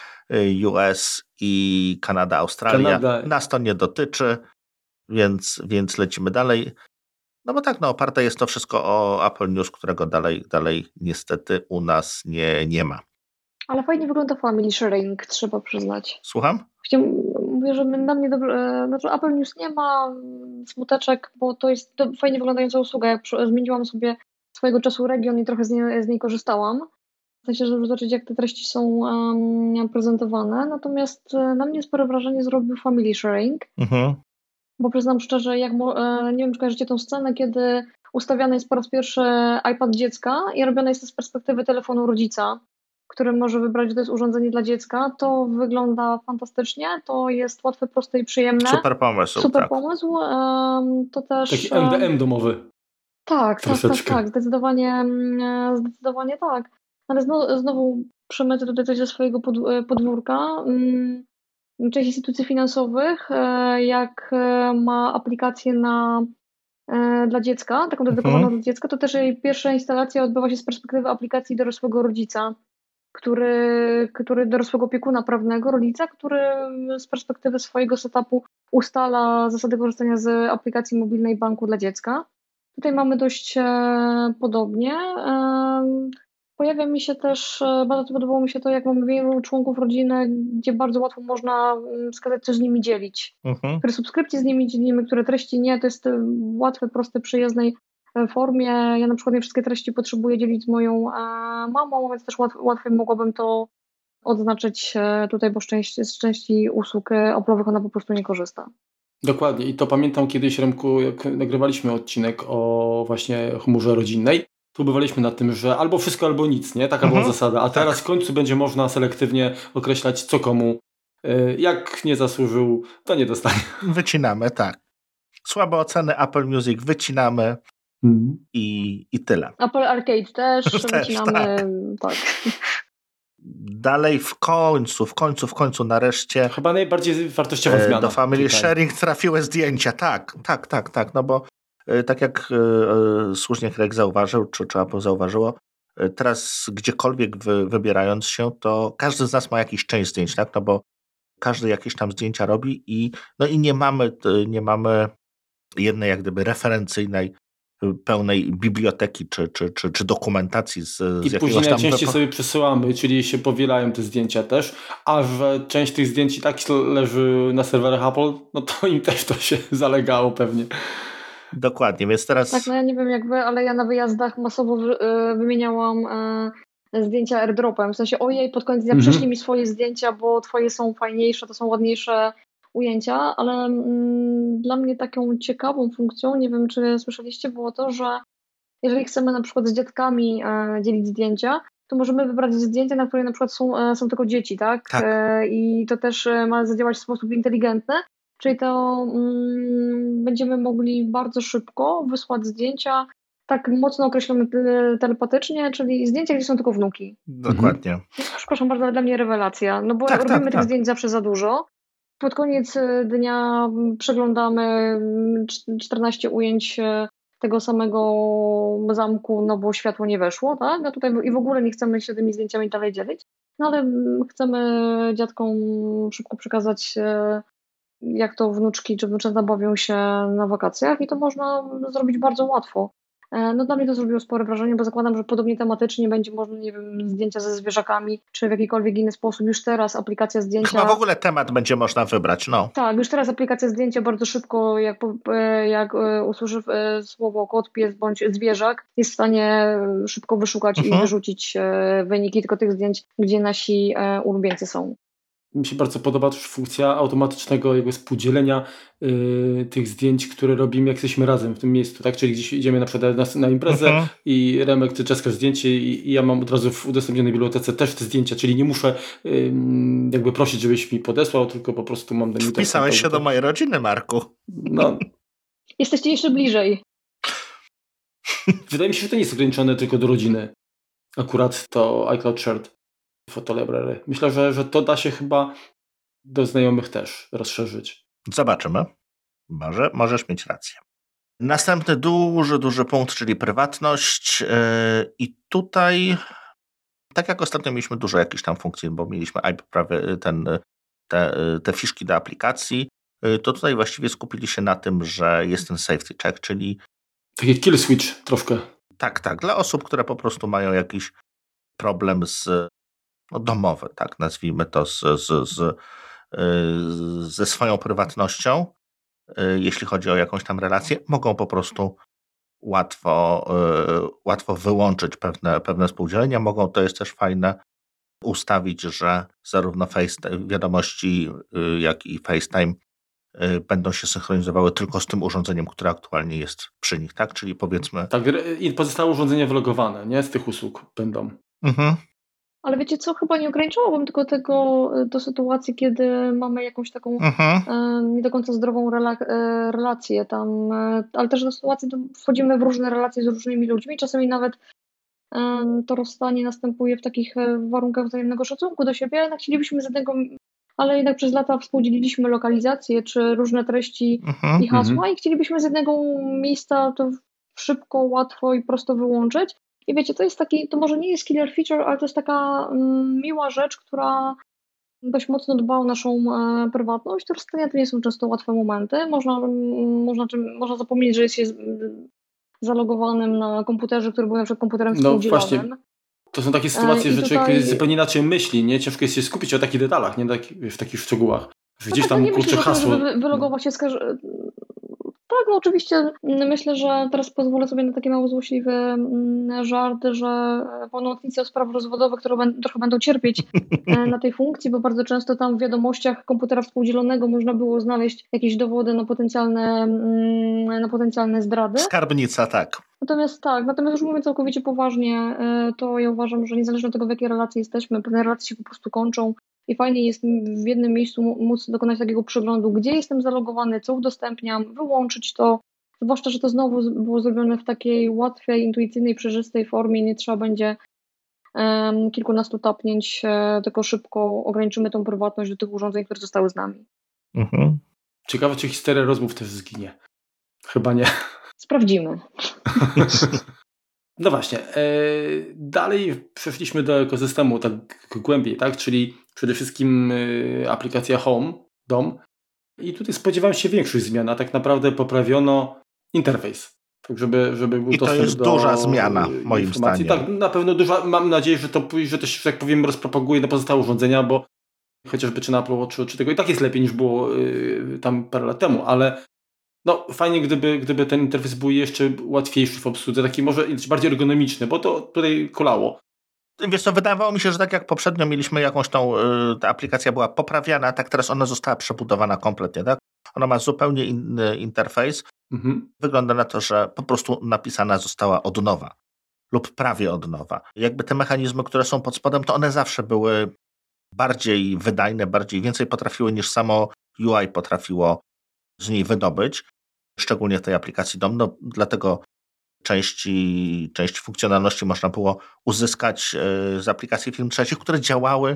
US i Kanada, Australia. Nas to nie dotyczy, więc lecimy dalej. No bo tak, oparte jest to wszystko o Apple News, którego dalej niestety u nas nie ma. Ale fajnie wygląda family sharing, trzeba przyznać. Słucham? Mówię, że na mnie dobrze, znaczy Apple News nie ma smuteczek, bo to jest fajnie wyglądająca usługa. Jak zmieniłam sobie swojego czasu region i trochę z niej korzystałam. W sensie, żeby zobaczyć, jak te treści są prezentowane. Natomiast na mnie spore wrażenie zrobił family sharing. Bo przyznam szczerze, nie wiem, czy kojarzycie tą scenę, kiedy ustawiany jest po raz pierwszy iPad dziecka i robione jest to z perspektywy telefonu rodzica, który może wybrać, że to jest urządzenie dla dziecka. To wygląda fantastycznie, to jest łatwe, proste i przyjemne. Super pomysł. Pomysł. To też... Taki MDM domowy. Tak, zdecydowanie tak. Ale znowu przemycę tutaj coś ze swojego podwórka. Część instytucji finansowych, jak ma aplikację dla dziecka, taką dedykowaną dla dziecka, to też jej pierwsza instalacja odbywa się z perspektywy aplikacji dorosłego rodzica, który dorosłego opiekuna prawnego, rodzica, który z perspektywy swojego setupu ustala zasady korzystania z aplikacji mobilnej banku dla dziecka. Tutaj mamy dość podobnie. Pojawia mi się też, bardzo podobało mi się to, jak mamy wielu członków rodziny, gdzie bardzo łatwo można wskazać, co z nimi dzielić. Które subskrypcje z nimi dzielimy, które treści nie, to jest łatwe, proste, przyjaznej formie. Ja na przykład nie wszystkie treści potrzebuję dzielić z moją mamą, więc też łatwiej mogłabym to odznaczyć tutaj, bo z części usług Apple'owych ona po prostu nie korzysta. Dokładnie. I to pamiętam kiedyś, Remku, jak nagrywaliśmy odcinek o właśnie chmurze rodzinnej, tu bywaliśmy nad tym, że albo wszystko, albo nic, nie? Taka była zasada. A teraz w końcu będzie można selektywnie określać, co komu. Jak nie zasłużył, to nie dostanie. Wycinamy, tak. Słabe oceny Apple Music wycinamy i tyle. Apple Arcade też wycinamy, tak. Dalej w końcu nareszcie chyba najbardziej wartościowa zmiana. Do Family tutaj. Sharing trafiły zdjęcia, tak, no bo tak jak słusznie Craig zauważył, czy Apple zauważyło, teraz gdziekolwiek wybierając się, to każdy z nas ma jakiś część zdjęć, tak, no bo każdy jakieś tam zdjęcia robi i nie mamy jednej jak gdyby referencyjnej pełnej biblioteki czy dokumentacji z I później najczęściej sobie przesyłamy, czyli się powielają te zdjęcia też, a że część tych zdjęć i tak leży na serwerach Apple, no to im też to się zalegało pewnie. Dokładnie, więc teraz... Tak, no ja nie wiem jak wy, ale ja na wyjazdach masowo wymieniałam zdjęcia airdropem, w sensie ojej, pod koniec dnia przyszli mi swoje zdjęcia, bo twoje są fajniejsze, to są ładniejsze ujęcia, ale dla mnie taką ciekawą funkcją, nie wiem czy słyszeliście, było to, że jeżeli chcemy na przykład z dziadkami dzielić zdjęcia, to możemy wybrać zdjęcia, na które na przykład są tylko dzieci, tak? I to też ma zadziałać w sposób inteligentny, czyli to będziemy mogli bardzo szybko wysłać zdjęcia tak mocno określone telepatycznie, czyli zdjęcia, gdzie są tylko wnuki. Dokładnie. Przepraszam bardzo, ale dla mnie rewelacja, no bo robimy tych zdjęć zawsze za dużo. Pod koniec dnia przeglądamy 14 ujęć tego samego zamku, no bo światło nie weszło, tak? No tutaj i w ogóle nie chcemy się tymi zdjęciami dalej dzielić, no ale chcemy dziadkom szybko przekazać, jak to wnuczki czy wnuczęta bawią się na wakacjach i to można zrobić bardzo łatwo. No dla mnie to zrobiło spore wrażenie, bo zakładam, że podobnie tematycznie będzie można, nie wiem, zdjęcia ze zwierzakami, czy w jakikolwiek inny sposób. Już teraz aplikacja zdjęcia... Chyba w ogóle temat będzie można wybrać, no. Tak, już teraz aplikacja zdjęcia bardzo szybko, jak usłyszy słowo kot, pies bądź zwierzak, jest w stanie szybko wyszukać i wyrzucić wyniki tylko tych zdjęć, gdzie nasi ulubieńcy są. Mi się bardzo podoba też funkcja automatycznego jakby współdzielenia tych zdjęć, które robimy, jak jesteśmy razem w tym miejscu, tak? Czyli gdzieś idziemy na przykład na imprezę i Remek, ty czeskasz zdjęcie i ja mam od razu w udostępnionej bibliotece też te zdjęcia, czyli nie muszę jakby prosić, żebyś mi podesłał, tylko po prostu mam... Wpisałeś się do mojej rodziny, Marku. No. Jesteście jeszcze bliżej. Wydaje mi się, że to nie jest ograniczone tylko do rodziny. Akurat to iCloud Shared Photo Library. Myślę, że to da się chyba do znajomych też rozszerzyć. Zobaczymy. Możesz mieć rację. Następny duży punkt, czyli prywatność. I tutaj, tak jak ostatnio mieliśmy dużo jakichś tam funkcji, bo mieliśmy prawie te fiszki do aplikacji, to tutaj właściwie skupili się na tym, że jest ten safety check, czyli... Taki kill switch troszkę. Tak. Dla osób, które po prostu mają jakiś problem domowy, tak nazwijmy to, ze swoją prywatnością, jeśli chodzi o jakąś tam relację, mogą po prostu łatwo wyłączyć pewne współdzielenia. Mogą, to jest też fajne, ustawić, że zarówno wiadomości, jak i FaceTime będą się synchronizowały tylko z tym urządzeniem, które aktualnie jest przy nich, tak? Czyli powiedzmy... Tak, i pozostałe urządzenia wylogowane, nie? Z tych usług będą. Ale wiecie co, chyba nie ograniczałabym tylko tego do sytuacji, kiedy mamy jakąś taką nie do końca zdrową relację tam, ale też do sytuacji, wchodzimy w różne relacje z różnymi ludźmi, czasami nawet to rozstanie następuje w takich warunkach wzajemnego szacunku do siebie, jednak chcielibyśmy ale jednak przez lata współdzieliliśmy lokalizacje czy różne treści i hasła i chcielibyśmy z jednego miejsca to szybko, łatwo i prosto wyłączyć. I wiecie, to może nie jest killer feature, ale to jest taka miła rzecz, która dość mocno dba o naszą prywatność. Te rozstania to nie są często łatwe momenty. Można zapomnieć, że jest się zalogowanym na komputerze, który był na przykład komputerem współdzielonym. Właśnie. To są takie sytuacje, że człowiek zupełnie inaczej myśli, nie? Ciężko jest się skupić o takich detalach, nie w takich szczegółach. Gdzieś tam kurczę hasło. Żeby wylogować się Tak, no oczywiście myślę, że teraz pozwolę sobie na taki mało złośliwy żart, że pełnomocnicy o spraw rozwodowych, które trochę będą cierpieć na tej funkcji, bo bardzo często tam w wiadomościach komputera współdzielonego można było znaleźć jakieś dowody na potencjalne zdrady. Skarbnica, tak. Natomiast już mówiąc całkowicie poważnie, to ja uważam, że niezależnie od tego, w jakiej relacji jesteśmy, pewne relacje się po prostu kończą. I fajnie jest w jednym miejscu móc dokonać takiego przeglądu, gdzie jestem zalogowany, co udostępniam, wyłączyć to, zwłaszcza, że to znowu było zrobione w takiej łatwej, intuicyjnej, przejrzystej formie, nie trzeba będzie kilkunastu tapnięć, tylko szybko ograniczymy tą prywatność do tych urządzeń, które zostały z nami. Ciekawe, czy historia rozmów też zginie. Chyba nie. Sprawdzimy. No właśnie, dalej przeszliśmy do ekosystemu tak głębiej, tak? Czyli przede wszystkim aplikacja Home, dom. I tutaj spodziewałem się większych zmian, a tak naprawdę poprawiono interfejs. Tak, żeby był I to jest duża zmiana, moim zdaniem. Tak, na pewno duża. Mam nadzieję, że to się, że tak powiem, rozpropaguje na pozostałe urządzenia, bo chociażby czy na Apple Watch, czy tego i tak jest lepiej niż było tam parę lat temu, ale no fajnie, gdyby ten interfejs był jeszcze łatwiejszy w obsłudze, taki może bardziej ergonomiczny, bo to tutaj kolało. Wiesz co, wydawało mi się, że tak jak poprzednio mieliśmy jakąś ta aplikacja była poprawiana, tak teraz ona została przebudowana kompletnie, tak? Ona ma zupełnie inny interfejs. Wygląda na to, że po prostu napisana została od nowa lub prawie od nowa. Jakby te mechanizmy, które są pod spodem, to one zawsze były bardziej wydajne, więcej potrafiły niż samo UI potrafiło z niej wydobyć, szczególnie w tej aplikacji DOM, no dlatego części funkcjonalności można było uzyskać z aplikacji firm trzecich, które działały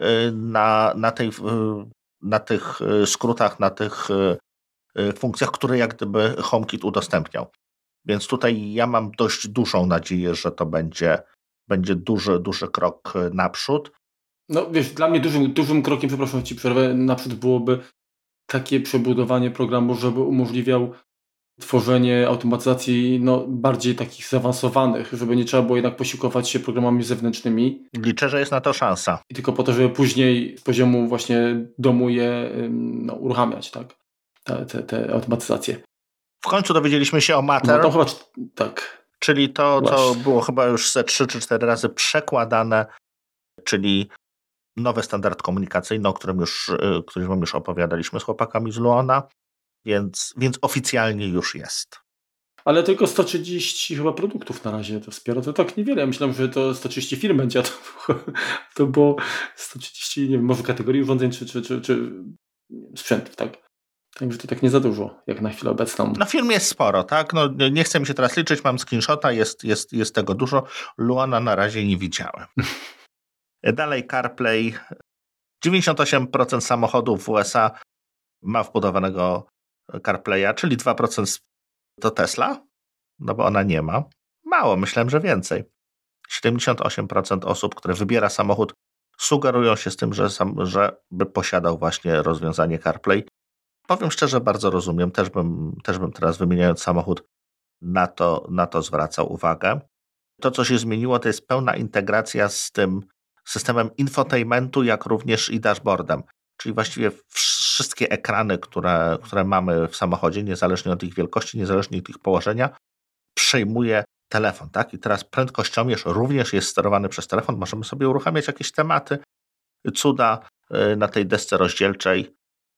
na tych skrótach, na tych funkcjach, które jak gdyby HomeKit udostępniał. Więc tutaj ja mam dość dużą nadzieję, że to będzie duży krok naprzód. No wiesz, dla mnie dużym krokiem, przepraszam ci przerwę, naprzód byłoby takie przebudowanie programu, żeby umożliwiał tworzenie automatyzacji bardziej takich zaawansowanych, żeby nie trzeba było jednak posiłkować się programami zewnętrznymi. Liczę, że jest na to szansa. I tylko po to, żeby później z poziomu właśnie domu je uruchamiać, tak? Te automatyzacje. W końcu dowiedzieliśmy się o Matter. No to chyba tak. Czyli to, co było chyba już ze 3 czy 4 razy przekładane, czyli nowy standard komunikacyjny, o którym wam już opowiadaliśmy z chłopakami z Luona, więc oficjalnie już jest. Ale tylko 130 chyba produktów na razie to wspiera. To tak niewiele. Myślałem, że to 130 firm będzie, a to było 130, nie wiem, może kategorii urządzeń czy sprzętów, tak? Także to tak nie za dużo, jak na chwilę obecną. No firm jest sporo, tak? No, nie chcę mi się teraz liczyć, mam screenshota, jest tego dużo. Luona na razie nie widziałem. Dalej CarPlay. 98% samochodów w USA ma wbudowanego CarPlaya, czyli 2% to Tesla, no bo ona nie ma. Mało, myślałem, że więcej. 78% osób, które wybiera samochód, sugerują się z tym, żeby posiadał właśnie rozwiązanie CarPlay. Powiem szczerze, bardzo rozumiem. Też bym teraz, wymieniając samochód, na to zwracał uwagę. To, co się zmieniło, to jest pełna integracja z tym systemem infotainmentu, jak również i dashboardem. Czyli właściwie wszystkie ekrany, które mamy w samochodzie, niezależnie od ich wielkości, niezależnie od ich położenia, przejmuje telefon. Tak? I teraz prędkościomierz również jest sterowany przez telefon. Możemy sobie uruchamiać jakieś tematy, cuda na tej desce rozdzielczej.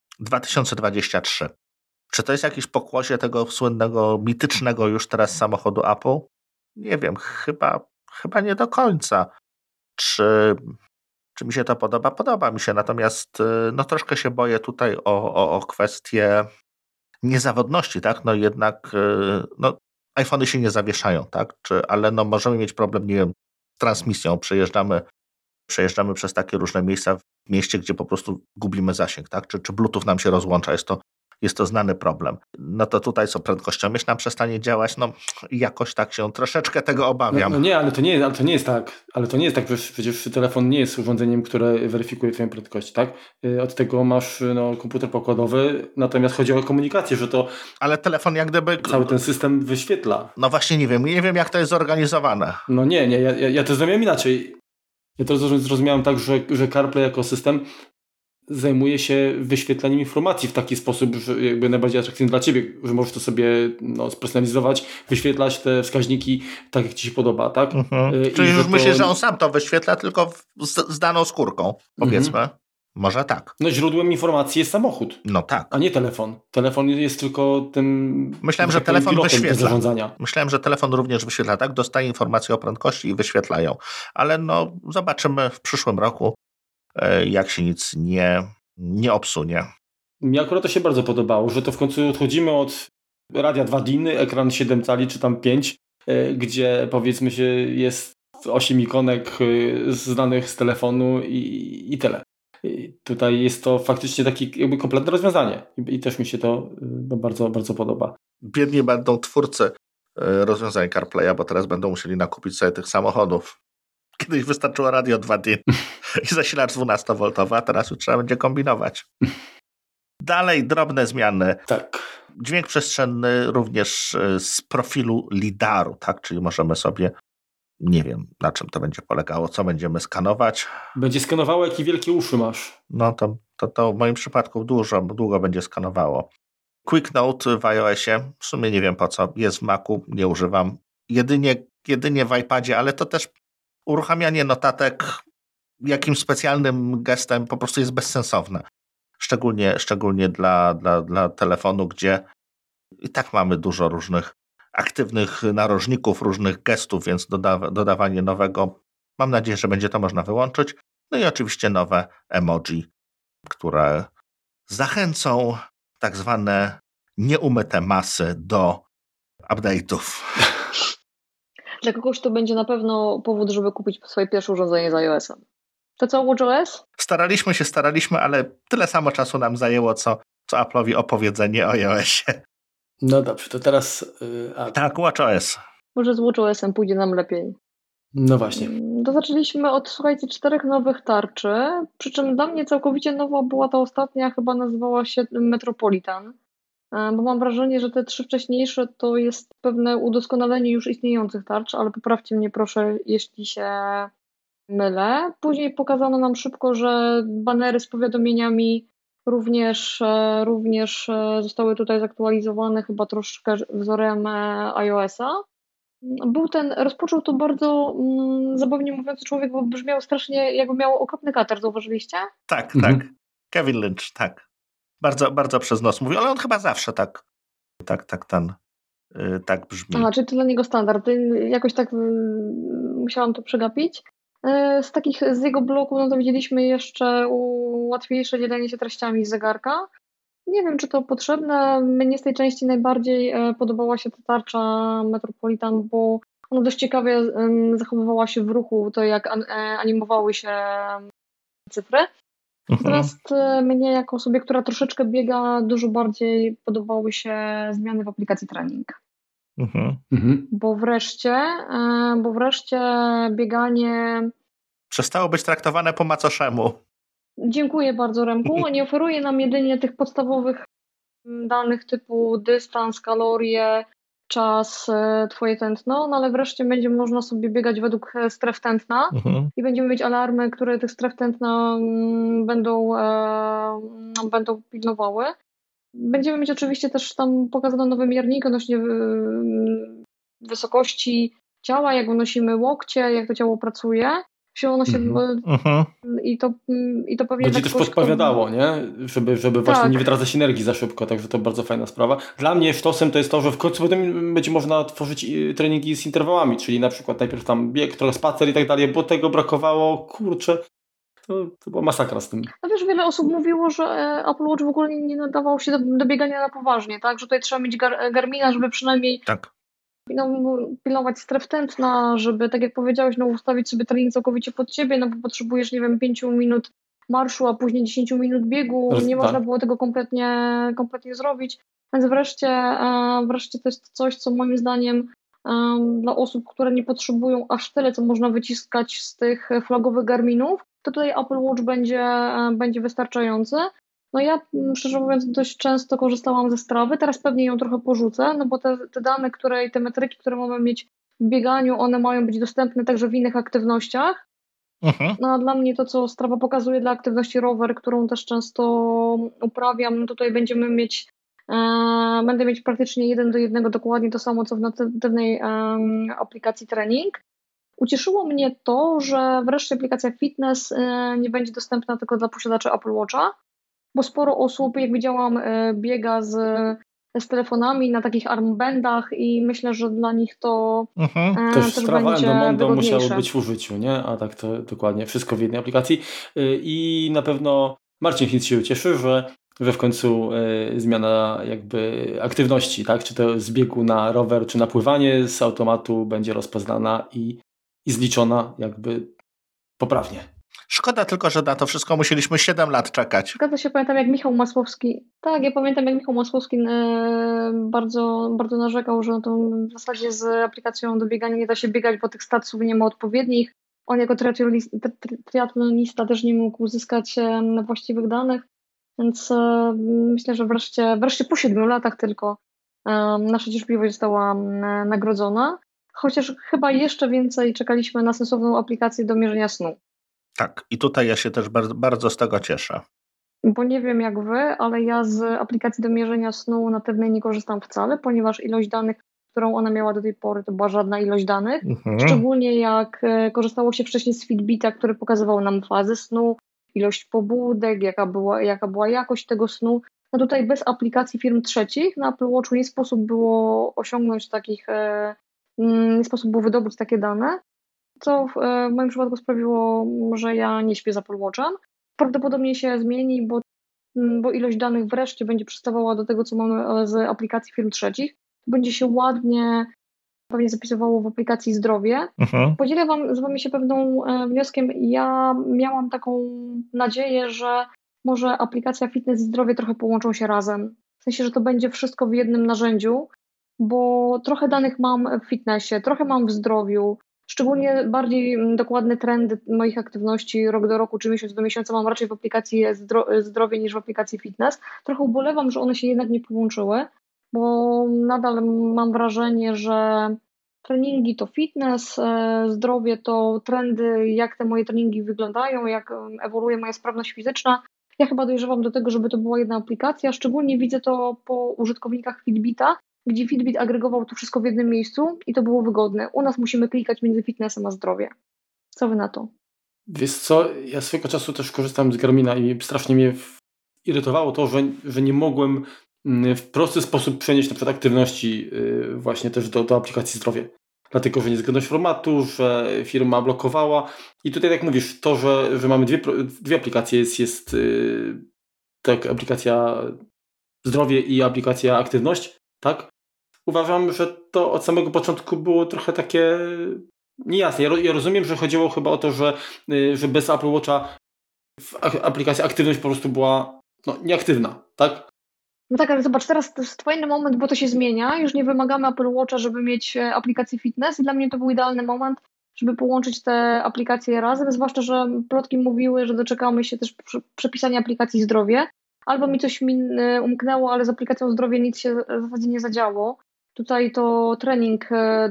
2023. Czy to jest jakieś pokłosie tego słynnego, mitycznego już teraz samochodu Apple? Nie wiem, chyba nie do końca. Czy mi się to podoba? Podoba mi się, natomiast troszkę się boję tutaj o kwestię niezawodności, tak? No jednak iPhony się nie zawieszają, tak? Ale możemy mieć problem, nie wiem, transmisją, przejeżdżamy przez takie różne miejsca w mieście, gdzie po prostu gubimy zasięg, tak? Czy Bluetooth nam się rozłącza, jest to znany problem. No to tutaj co, prędkościomierz nam przestanie działać, no jakoś tak się troszeczkę tego obawiam. No nie, ale to nie jest tak. Ale to nie jest tak, przecież telefon nie jest urządzeniem, które weryfikuje twoją prędkość, tak? Od tego masz komputer pokładowy, natomiast chodzi o komunikację, że to... Ale telefon jak gdyby... Cały ten system wyświetla. No właśnie nie wiem jak to jest zorganizowane. No nie, ja to zrozumiałem inaczej. Ja to zrozumiałem tak, że CarPlay jako system zajmuje się wyświetlaniem informacji w taki sposób, że jakby najbardziej atrakcyjny dla ciebie, że możesz to sobie spersonalizować, wyświetlać te wskaźniki tak, jak ci się podoba, tak? Czyli już myślę, że on sam to wyświetla, tylko z daną skórką, powiedzmy. Może tak. No źródłem informacji jest samochód. No tak. A nie telefon. Telefon jest tylko tym... Myślałem, że telefon wyświetla. Zarządzania. Myślałem, że telefon również wyświetla, tak? Dostaje informacje o prędkości i wyświetlają. Ale zobaczymy w przyszłym roku, jak się nic nie obsunie. Mi akurat to się bardzo podobało, że to w końcu odchodzimy od radia 2 DIN, ekran 7 cali czy tam 5, gdzie powiedzmy się jest 8 ikonek znanych z telefonu i tyle. I tutaj jest to faktycznie takie jakby kompletne rozwiązanie i też mi się to bardzo, bardzo podoba. Biedni będą twórcy rozwiązań CarPlaya, bo teraz będą musieli nakupić sobie tych samochodów. Kiedyś wystarczyło radio 2 DIN i zasilacz 12V, a teraz już trzeba będzie kombinować. Dalej drobne zmiany. Tak. Dźwięk przestrzenny również z profilu lidaru, tak? Czyli możemy sobie, nie wiem na czym to będzie polegało, co będziemy skanować. Będzie skanowało, jakie wielkie uszy masz. No to w moim przypadku długo będzie skanowało. Quick Note w iOSie, w sumie nie wiem po co, jest w Macu, nie używam. Jedynie w iPadzie, ale to też uruchamianie notatek jakimś specjalnym gestem po prostu jest bezsensowne. Szczególnie dla telefonu, gdzie i tak mamy dużo różnych aktywnych narożników, różnych gestów, więc dodawanie nowego, mam nadzieję, że będzie to można wyłączyć. No i oczywiście nowe emoji, które zachęcą tak zwane nieumyte masy do update'ów. Dla kogoś to będzie na pewno powód, żeby kupić swoje pierwsze urządzenie z iOS-em. To co, WatchOS? Staraliśmy, ale tyle samo czasu nam zajęło, co Apple'owi opowiedzenie o iOSie. No dobrze, to teraz... Tak, WatchOS. Może z WatchOS-em pójdzie nam lepiej. No właśnie. To zaczęliśmy od, słuchajcie, 4 nowych tarczy, przy czym dla mnie całkowicie nowa była ta ostatnia, chyba nazywała się Metropolitan, bo mam wrażenie, że te 3 wcześniejsze to jest pewne udoskonalenie już istniejących tarcz, ale poprawcie mnie proszę, jeśli się mylę. Później pokazano nam szybko, że banery z powiadomieniami również zostały tutaj zaktualizowane, chyba troszkę wzorem iOS-a. Rozpoczął to bardzo zabawnie mówiący człowiek, bo brzmiał strasznie, jakby miał okropny katar, zauważyliście? Tak. Kevin Lynch, tak. Bardzo, bardzo przez nos mówił, ale on chyba zawsze tak brzmi. Aha, czyli to dla niego standard. Jakoś tak musiałam to przegapić. Z jego bloku no to widzieliśmy jeszcze łatwiejsze dzielenie się treściami z zegarka. Nie wiem, czy to potrzebne. Mnie z tej części najbardziej podobała się ta tarcza Metropolitan, bo ona dość ciekawie zachowywała się w ruchu, to jak animowały się cyfry. Natomiast mnie jako osobie, która troszeczkę biega, dużo bardziej podobały się zmiany w aplikacji trening. Bo wreszcie bieganie przestało być traktowane po macoszemu. Dziękuję bardzo, Remku. Nie oferuje nam jedynie tych podstawowych danych typu dystans, kalorie, czas, twoje tętno, no ale wreszcie będzie można sobie biegać według stref tętna i będziemy mieć alarmy, które tych stref tętna będą pilnowały. Będziemy mieć oczywiście też tam pokazane nowe mierniki odnośnie wysokości ciała, jak unosimy łokcie, jak to ciało pracuje. I to pewnie będzie też podpowiadało, nie? Żeby właśnie nie wytracać energii za szybko, także to bardzo fajna sprawa. Dla mnie sztosem to jest to, że w końcu potem będzie można tworzyć treningi z interwałami, czyli na przykład najpierw tam bieg, trochę spacer i tak dalej, bo tego brakowało, kurczę. To była masakra z tym. No wiesz, wiele osób mówiło, że Apple Watch w ogóle nie nadawał się do biegania na poważnie, tak? Że tutaj trzeba mieć Garmina, żeby przynajmniej pilnować stref tętna, żeby, tak jak powiedziałeś, ustawić sobie trening całkowicie pod ciebie, bo potrzebujesz, 5 minut marszu, a później 10 minut biegu. Nie można było tego kompletnie zrobić. Więc wreszcie to jest coś, co moim zdaniem dla osób, które nie potrzebują aż tyle, co można wyciskać z tych flagowych Garminów, to tutaj Apple Watch będzie wystarczający. Ja, szczerze mówiąc, dość często korzystałam ze Strawy, teraz pewnie ją trochę porzucę, bo te dane, te metryki, które mamy mieć w bieganiu, one mają być dostępne także w innych aktywnościach. A dla mnie to, co Strava pokazuje dla aktywności rower, którą też często uprawiam, tutaj będę mieć praktycznie 1:1 dokładnie to samo, co w natywnej aplikacji trening. Ucieszyło mnie to, że wreszcie aplikacja Fitness nie będzie dostępna tylko dla posiadaczy Apple Watcha, bo sporo osób, jak widziałam, biega z telefonami na takich armbandach i myślę, że dla nich to też Strava będzie Endomondo wygodniejsze. musiało być w użyciu, nie? A tak to dokładnie wszystko w jednej aplikacji. I na pewno Marcin Hinz się ucieszy, że w końcu zmiana jakby aktywności, tak? Czy to z biegu na rower, czy na pływanie z automatu będzie rozpoznana i zliczona jakby poprawnie. Szkoda tylko, że na to wszystko musieliśmy 7 lat czekać. Zgadza się, pamiętam jak Michał Masłowski, bardzo, bardzo narzekał, że to w zasadzie z aplikacją do biegania nie da się biegać, bo tych statsów nie ma odpowiednich. On jako triatlonista też nie mógł uzyskać właściwych danych, więc myślę, że wreszcie po 7 latach tylko nasza cierpliwość została nagrodzona, chociaż chyba jeszcze więcej czekaliśmy na sensowną aplikację do mierzenia snu. Tak, i tutaj ja się też bardzo, bardzo z tego cieszę. Bo nie wiem jak wy, ale ja z aplikacji do mierzenia snu natywnej nie korzystam wcale, ponieważ ilość danych, którą ona miała do tej pory, to była żadna ilość danych. Szczególnie jak korzystało się wcześniej z Fitbita, który pokazywał nam fazę snu, ilość pobudek, jaka była jakość tego snu. Tutaj bez aplikacji firm trzecich na Apple Watchu nie sposób było osiągnąć nie sposób było wydobyć takie dane, co w moim przypadku sprawiło, że ja nie śpię z Apple Watchem. Prawdopodobnie się zmieni, bo ilość danych wreszcie będzie przystawała do tego, co mamy z aplikacji firm trzecich. Będzie się ładnie pewnie zapisywało w aplikacji Zdrowie. Podzielę z wami się pewną wnioskiem. Ja miałam taką nadzieję, że może aplikacja Fitness i Zdrowie trochę połączą się razem. W sensie, że to będzie wszystko w jednym narzędziu, bo trochę danych mam w fitnessie, trochę mam w zdrowiu. Szczególnie bardziej dokładne trendy moich aktywności rok do roku czy miesiąc do miesiąca mam raczej w aplikacji Zdrowie niż w aplikacji Fitness. Trochę ubolewam, że one się jednak nie połączyły, bo nadal mam wrażenie, że treningi to fitness, zdrowie to trendy, jak te moje treningi wyglądają, jak ewoluuje moja sprawność fizyczna. Ja chyba dojrzewam do tego, żeby to była jedna aplikacja. Szczególnie widzę to po użytkownikach Fitbita, gdzie Fitbit agregował to wszystko w jednym miejscu i to było wygodne. U nas musimy klikać między fitnessem a zdrowie. Co wy na to? Wiesz co, ja swego czasu też korzystałem z Garmina i strasznie mnie irytowało to, że nie mogłem w prosty sposób przenieść na przykład aktywności właśnie też do aplikacji Zdrowie. Dlatego, że niezgodność formatu, że firma blokowała. I tutaj jak mówisz, to, że mamy dwie aplikacje, jest tak aplikacja Zdrowie i aplikacja Aktywność, tak? Uważam, że to od samego początku było trochę takie niejasne. Ja rozumiem, że chodziło chyba o to, że bez Apple Watcha aplikacja Aktywność po prostu była nieaktywna, tak? No tak, ale zobacz, teraz to jest fajny moment, bo to się zmienia. Już nie wymagamy Apple Watcha, żeby mieć aplikację fitness i dla mnie to był idealny moment, żeby połączyć te aplikacje razem, zwłaszcza, że plotki mówiły, że doczekamy się też przepisania aplikacji Zdrowie. Albo mi coś umknęło, ale z aplikacją Zdrowie nic się w zasadzie nie zadziało. Tutaj to trening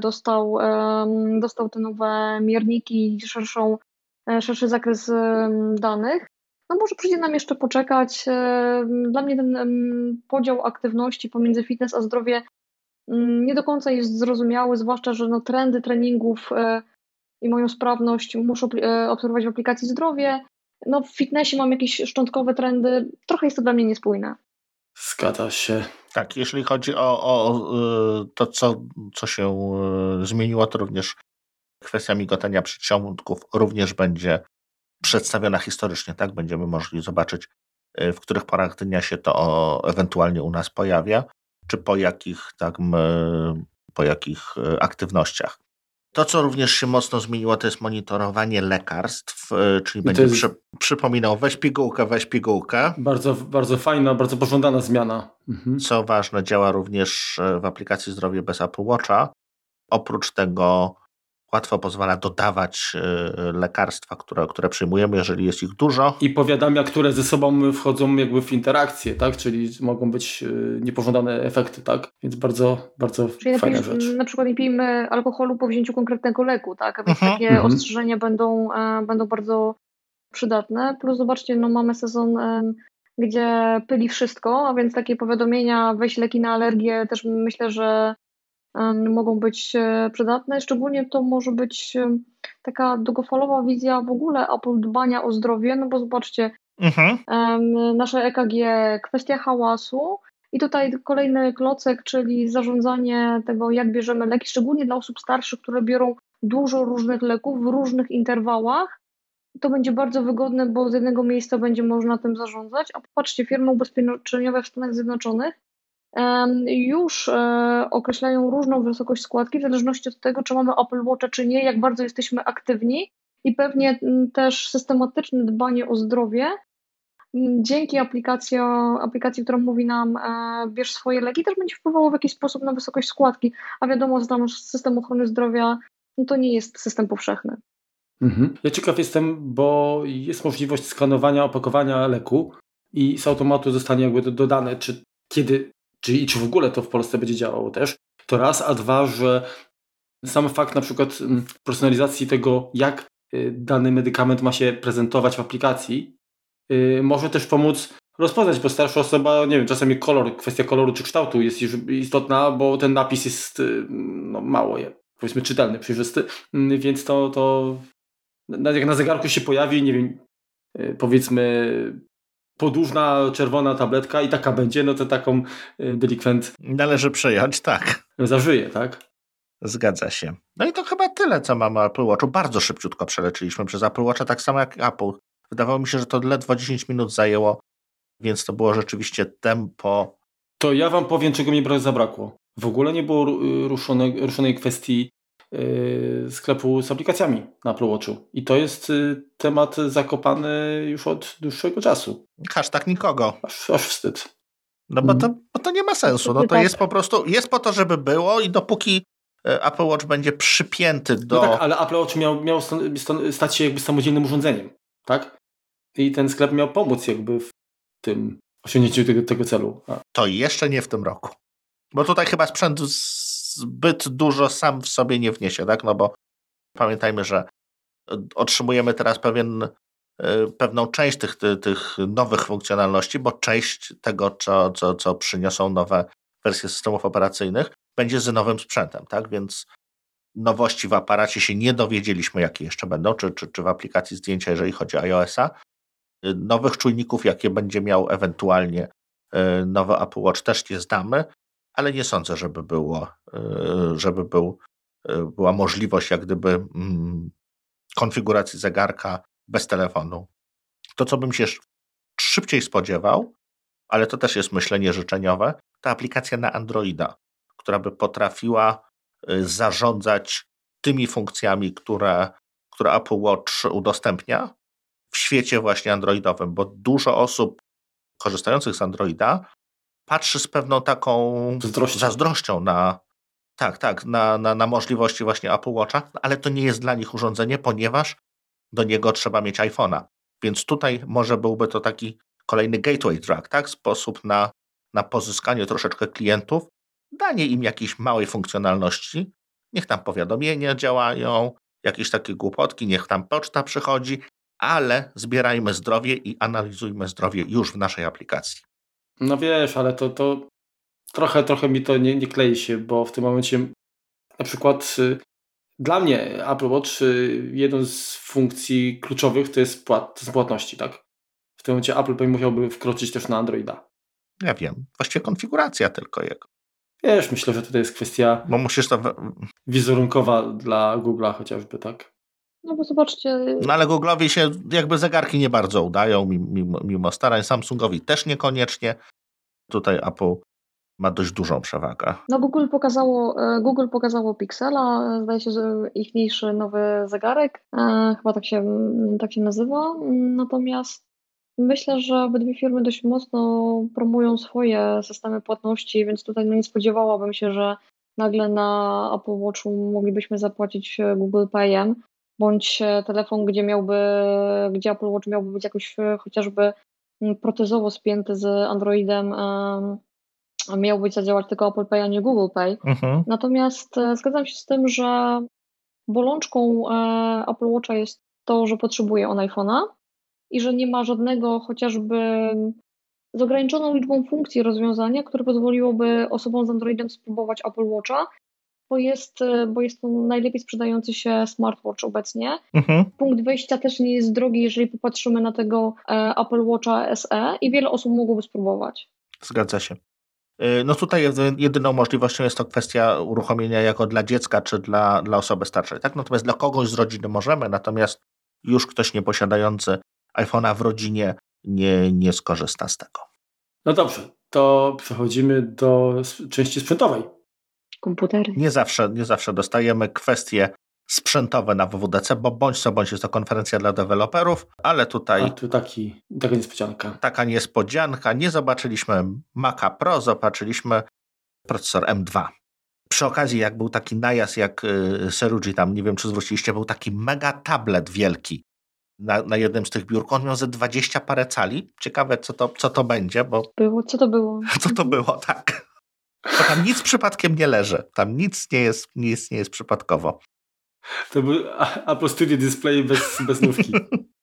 dostał te nowe mierniki i szerszy zakres danych. Może przyjdzie nam jeszcze poczekać. Dla mnie ten podział aktywności pomiędzy fitness a zdrowie nie do końca jest zrozumiały, zwłaszcza, że trendy treningów i moją sprawność muszę obserwować w aplikacji Zdrowie. W fitnessie mam jakieś szczątkowe trendy. Trochę jest to dla mnie niespójne. Zgadza się. Tak, jeśli chodzi o to, co się zmieniło, to również kwestia migotania przedsionków również będzie przedstawiona historycznie, tak? Będziemy mogli zobaczyć, w których porach dnia się to ewentualnie u nas pojawia, czy po jakich po jakich aktywnościach. To, co również się mocno zmieniło, to jest monitorowanie lekarstw, czyli będzie przypominał weź pigułkę. Bardzo, bardzo fajna, bardzo pożądana zmiana. Co ważne, działa również w aplikacji Zdrowie bez Apple Watcha. Oprócz tego łatwo pozwala dodawać lekarstwa, które przyjmujemy, jeżeli jest ich dużo. I powiadamia, które ze sobą wchodzą jakby w interakcję, tak? Czyli mogą być niepożądane efekty, tak? Więc bardzo, bardzo fajna rzecz. Na przykład nie pijmy alkoholu po wzięciu konkretnego leku, tak? Więc takie ostrzeżenia będą bardzo przydatne. Plus zobaczcie, mamy sezon, gdzie pyli wszystko, a więc takie powiadomienia, weź leki na alergię, też myślę, że mogą być przydatne. Szczególnie to może być taka długofalowa wizja w ogóle Apple dbania o zdrowie, no bo zobaczcie, nasze EKG, kwestia hałasu i tutaj kolejny klocek, czyli zarządzanie tego, jak bierzemy leki, szczególnie dla osób starszych, które biorą dużo różnych leków w różnych interwałach. To będzie bardzo wygodne, bo z jednego miejsca będzie można tym zarządzać. A popatrzcie, firmy ubezpieczeniowe w Stanach Zjednoczonych już określają różną wysokość składki w zależności od tego, czy mamy Apple Watcha, czy nie, jak bardzo jesteśmy aktywni i pewnie też systematyczne dbanie o zdrowie dzięki aplikacji, która mówi nam bierz swoje leki, też będzie wpływało w jakiś sposób na wysokość składki, a wiadomo, że tam system ochrony zdrowia to nie jest system powszechny. Ja ciekaw jestem, bo jest możliwość skanowania opakowania leku i z automatu zostanie jakby dodane, czy w ogóle to w Polsce będzie działało też. To raz, a dwa, że sam fakt na przykład personalizacji tego, jak dany medykament ma się prezentować w aplikacji, może też pomóc rozpoznać, bo starsza osoba, nie wiem, czasami kwestia koloru czy kształtu jest istotna, bo ten napis jest mało, powiedzmy, czytelny, przejrzysty, więc to jak na zegarku się pojawi, nie wiem, powiedzmy podłużna, czerwona tabletka i taka będzie, no to taką delikwent należy przyjąć, tak. Zażyje, tak? Zgadza się. No i to chyba tyle, co mamy o Apple Watchu. Bardzo szybciutko przeleczyliśmy przez Apple Watcha, tak samo jak Apple. Wydawało mi się, że to ledwo 10 minut zajęło, więc to było rzeczywiście tempo. To ja wam powiem, czego mi zabrakło. W ogóle nie było ruszonej kwestii sklepu z aplikacjami na Apple Watchu. I to jest temat zakopany już od dłuższego czasu. Hashtag nikogo. Aż wstyd. No bo to nie ma sensu. No to jest po prostu, jest po to, żeby było i dopóki Apple Watch będzie przypięty do... No tak, ale Apple Watch miał stać się jakby samodzielnym urządzeniem, tak? I ten sklep miał pomóc jakby w tym osiągnięciu tego celu. To jeszcze nie w tym roku. Bo tutaj chyba sprzęt zbyt dużo sam w sobie nie wniesie, tak? No bo pamiętajmy, że otrzymujemy teraz pewną część tych nowych funkcjonalności, bo część tego, co przyniosą nowe wersje systemów operacyjnych, będzie z nowym sprzętem, tak? Więc nowości w aparacie się nie dowiedzieliśmy, jakie jeszcze będą, czy w aplikacji zdjęcia, jeżeli chodzi o iOS-a. Nowych czujników, jakie będzie miał ewentualnie nowy Apple Watch, też nie znamy, ale nie sądzę, żeby była możliwość jak gdyby konfiguracji zegarka bez telefonu. To, co bym się szybciej spodziewał, ale to też jest myślenie życzeniowe, to aplikacja na Androida, która by potrafiła zarządzać tymi funkcjami, które Apple Watch udostępnia w świecie właśnie androidowym, bo dużo osób korzystających z Androida patrzy z pewną taką zazdrością na możliwości właśnie Apple Watcha, ale to nie jest dla nich urządzenie, ponieważ do niego trzeba mieć iPhone'a. Więc tutaj może byłby to taki kolejny gateway drug, tak? Sposób na pozyskanie troszeczkę klientów, danie im jakiejś małej funkcjonalności, niech tam powiadomienia działają, jakieś takie głupotki, niech tam poczta przychodzi, ale zbierajmy zdrowie i analizujmy zdrowie już w naszej aplikacji. No wiesz, ale to trochę mi to nie klei się, bo w tym momencie na przykład dla mnie Apple Watch jedną z funkcji kluczowych to jest płatności, tak? W tym momencie Apple musiałby wkroczyć też na Androida. Ja wiem, właściwie konfiguracja tylko jego. Wiesz, myślę, że tutaj jest kwestia bo musisz to wizerunkowa dla Google'a chociażby, tak? No bo zobaczcie... No ale Google'owi się jakby zegarki nie bardzo udają, mimo starań. Samsungowi też niekoniecznie. Tutaj Apple ma dość dużą przewagę. No Google pokazało Pixela, zdaje się, że ichniejszy nowy zegarek, chyba tak się nazywa, natomiast myślę, że obydwie firmy dość mocno promują swoje systemy płatności, więc tutaj nie spodziewałabym się, że nagle na Apple Watchu moglibyśmy zapłacić Google Payem, bądź telefon, gdzie Apple Watch miałby być jakoś chociażby protezowo spięty z Androidem, miał być zadziałać tylko Apple Pay, a nie Google Pay. Natomiast zgadzam się z tym, że bolączką Apple Watcha jest to, że potrzebuje on iPhone'a i że nie ma żadnego chociażby z ograniczoną liczbą funkcji rozwiązania, które pozwoliłoby osobom z Androidem spróbować Apple Watcha, bo jest to najlepiej sprzedający się smartwatch obecnie. Punkt wejścia też nie jest drogi, jeżeli popatrzymy na tego Apple Watcha SE i wiele osób mogłoby spróbować. Zgadza się. No tutaj jedyną możliwością jest to kwestia uruchomienia jako dla dziecka czy dla osoby starszej. Tak? Natomiast dla kogoś z rodziny możemy, natomiast już ktoś nieposiadający iPhone'a w rodzinie nie skorzysta z tego. No dobrze, to przechodzimy do części sprzętowej. Komputery. Nie zawsze dostajemy kwestie sprzętowe na WWDC, bo bądź co bądź jest to konferencja dla deweloperów, ale tutaj... A tu taka niespodzianka. Taka niespodzianka. Nie zobaczyliśmy Maca Pro, zobaczyliśmy procesor M2. Przy okazji, jak był taki najazd, jak Serugi, tam nie wiem, czy zwróciliście, był taki mega tablet wielki na jednym z tych biurków. On miał ze 20 parę cali. Ciekawe, co to będzie, bo... Co to było? Co to było, tak. Bo tam nic przypadkiem nie leży. Tam nic nie jest przypadkowo. To był Apple Studio Display bez nówki.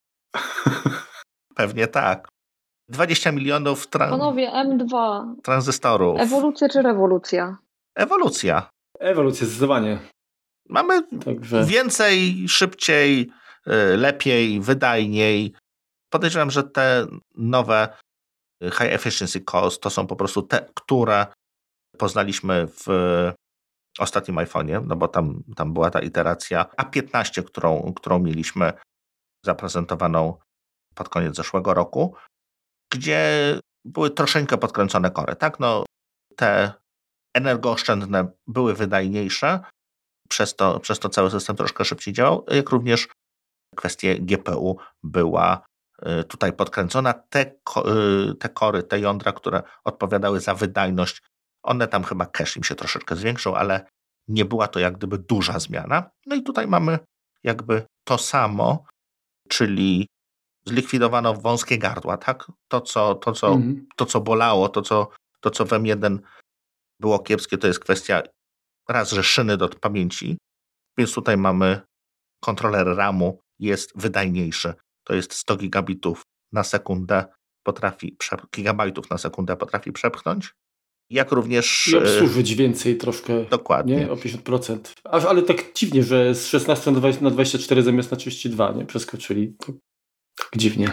Pewnie tak. 20 milionów Panowie, M2. Tranzystorów. Ewolucja czy rewolucja? Ewolucja. Ewolucja, zdecydowanie. Mamy więcej, szybciej, lepiej, wydajniej. Podejrzewam, że te nowe high efficiency cores to są po prostu te, które poznaliśmy w ostatnim iPhone'ie, no bo tam była ta iteracja A15, którą mieliśmy zaprezentowaną pod koniec zeszłego roku, gdzie były troszeczkę podkręcone kory, tak? No, te energooszczędne były wydajniejsze, przez to cały system troszkę szybciej działał, jak również kwestia GPU była tutaj podkręcona. Te kory, te jądra, które odpowiadały za wydajność, one tam chyba cache im się troszeczkę zwiększył, ale nie była to jak gdyby duża zmiana. No i tutaj mamy jakby to samo, czyli zlikwidowano wąskie gardła, tak? To, co bolało, to, co w M1 było kiepskie, to jest kwestia raz, że szyny do pamięci, więc tutaj mamy kontroler RAM-u, jest wydajniejszy. To jest 100 gigabitów na sekundę gigabajtów na sekundę potrafi przepchnąć. Jak również... I obsłużyć więcej troszkę. Dokładnie. Nie? O 50%. Ale tak dziwnie, że z 16 na 24 zamiast na 32 nie przeskoczyli. Tak dziwnie.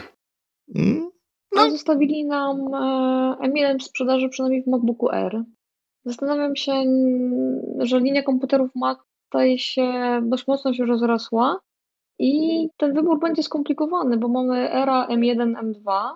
No. Zostawili nam M1 w sprzedaży przynajmniej w MacBooku Air. Zastanawiam się, że linia komputerów Mac staje się dość mocno się rozrosła i ten wybór będzie skomplikowany, bo mamy Era M1, M2.